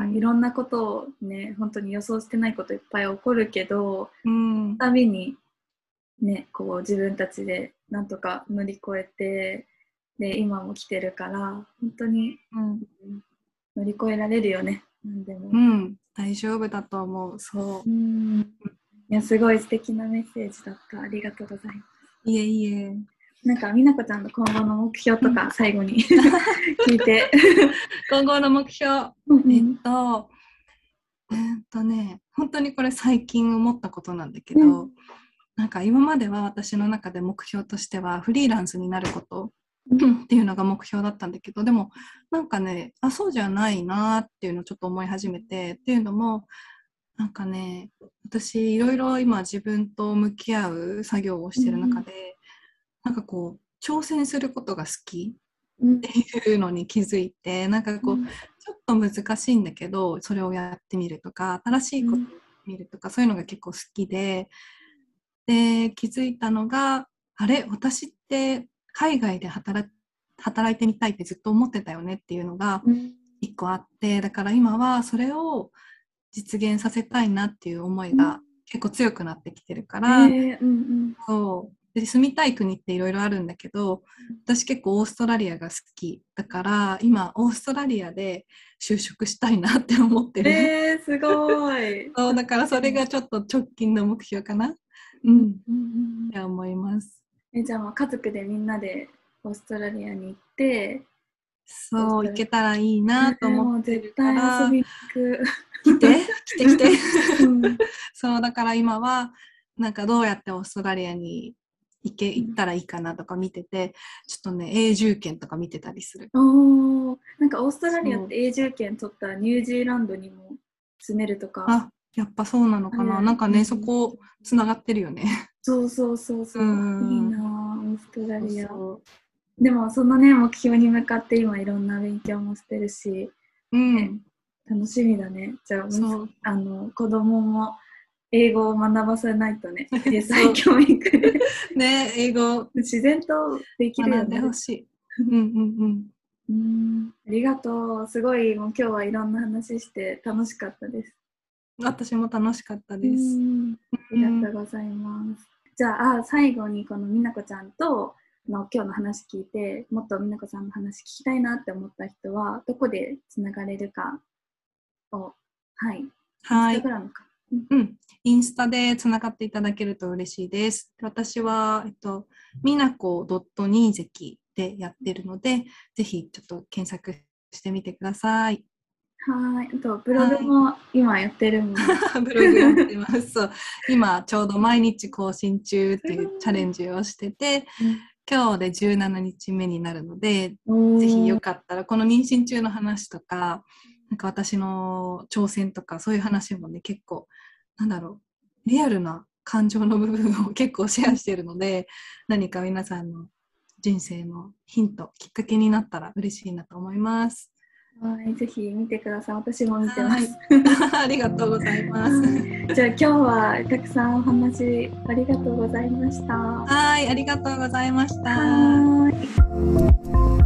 いろんなことをね、本当に予想してないこといっぱい起こるけど、うん、たびにね、こう自分たちでなんとか乗り越えて、で今も来てるから本当に、うん、乗り越えられるよね。なんでも、 うん、大丈夫だと思う。そう。うん、 いやすごい素敵なメッセージだった。ありがとうございます。 いえいえ。 なんか美奈子ちゃんの今後の目標とか最後に聞いて今後の目標、うんうん、えっとえー、っとね本当にこれ最近思ったことなんだけど、うん、なんか今までは私の中で目標としてはフリーランスになることっていうのが目標だったんだけど、でもなんかねあそうじゃないなっていうのをちょっと思い始めて、っていうのもなんかね私いろいろ今自分と向き合う作業をしてる中で、うん、なんかこう挑戦することが好きっていうのに気づいて、なんかこう、うん、ちょっと難しいんだけどそれをやってみるとか新しいことをやってみるとか、うん、そういうのが結構好きで、で気づいたのがあれ私って海外で働働いてみたいってずっと思ってたよねっていうのが一個あって、だから今はそれを実現させたいなっていう思いが結構強くなってきてるから、えーうんうん、そうで住みたい国っていろいろあるんだけど、私結構オーストラリアが好きだから今オーストラリアで就職したいなって思ってる。 えー、すごいそうだからそれがちょっと直近の目標かな、うん、うん、って思います。 えじゃあもう家族でみんなでオーストラリアに行って、 そう行けたらいいなと思ってるから、 えー、もう絶対遊びに行く来て来て来て、うん、そうだから今はなんかどうやってオーストラリアに行け行ったらいいかなとか見てて、ちょっとね永住権とか見てたりする。 おなんかオーストラリアって永住権取ったらニュージーランドにも住めるとか。 あやっぱそうなのかな、なんかね、うん、そこつながってるよね。 そうそうそうそう、うん、いいなオーストラリア。そうそうでもそのね目標に向かって今いろんな勉強もしてるし、うんね、楽しみだね。じゃあそうあの子供も英語を学ばせないとね、英才教育でね、英語自然とできるよね。 学んでほしい。うんうんうん。 うんありがとう。すごいもう今日はいろんな話して楽しかったです。 私も楽しかったです。 ありがとうございます。じゃあ最後にこの美奈子ちゃんとの今日の話聞いて、もっと美奈子さんの話聞きたいなって思った人はどこでつながれるかを、はい、 はい、 インスタグラムか、 うん、インスタでつながっていただけると嬉しいです。私は、えっと、みなこ .に 関でやってるので、ぜひちょっと検索してみてください。 はい、あとブログも今やってるもん、ね、 ブログやってます。そう、今ちょうど毎日更新中っていうチャレンジをしてて、今日でじゅうしちにちめになるので、ぜひよかったらこの妊娠中の話とか、なんか私の挑戦とかそういう話もね、結構なんだろう、リアルな感情の部分を結構シェアしているので、何か皆さんの人生のヒント、きっかけになったら嬉しいなと思います。 はい、ぜひ見てください。私も見てます。 ありがとうございます。 じゃあ今日はたくさんお話ありがとうございました。 はい、ありがとうございました。 はい。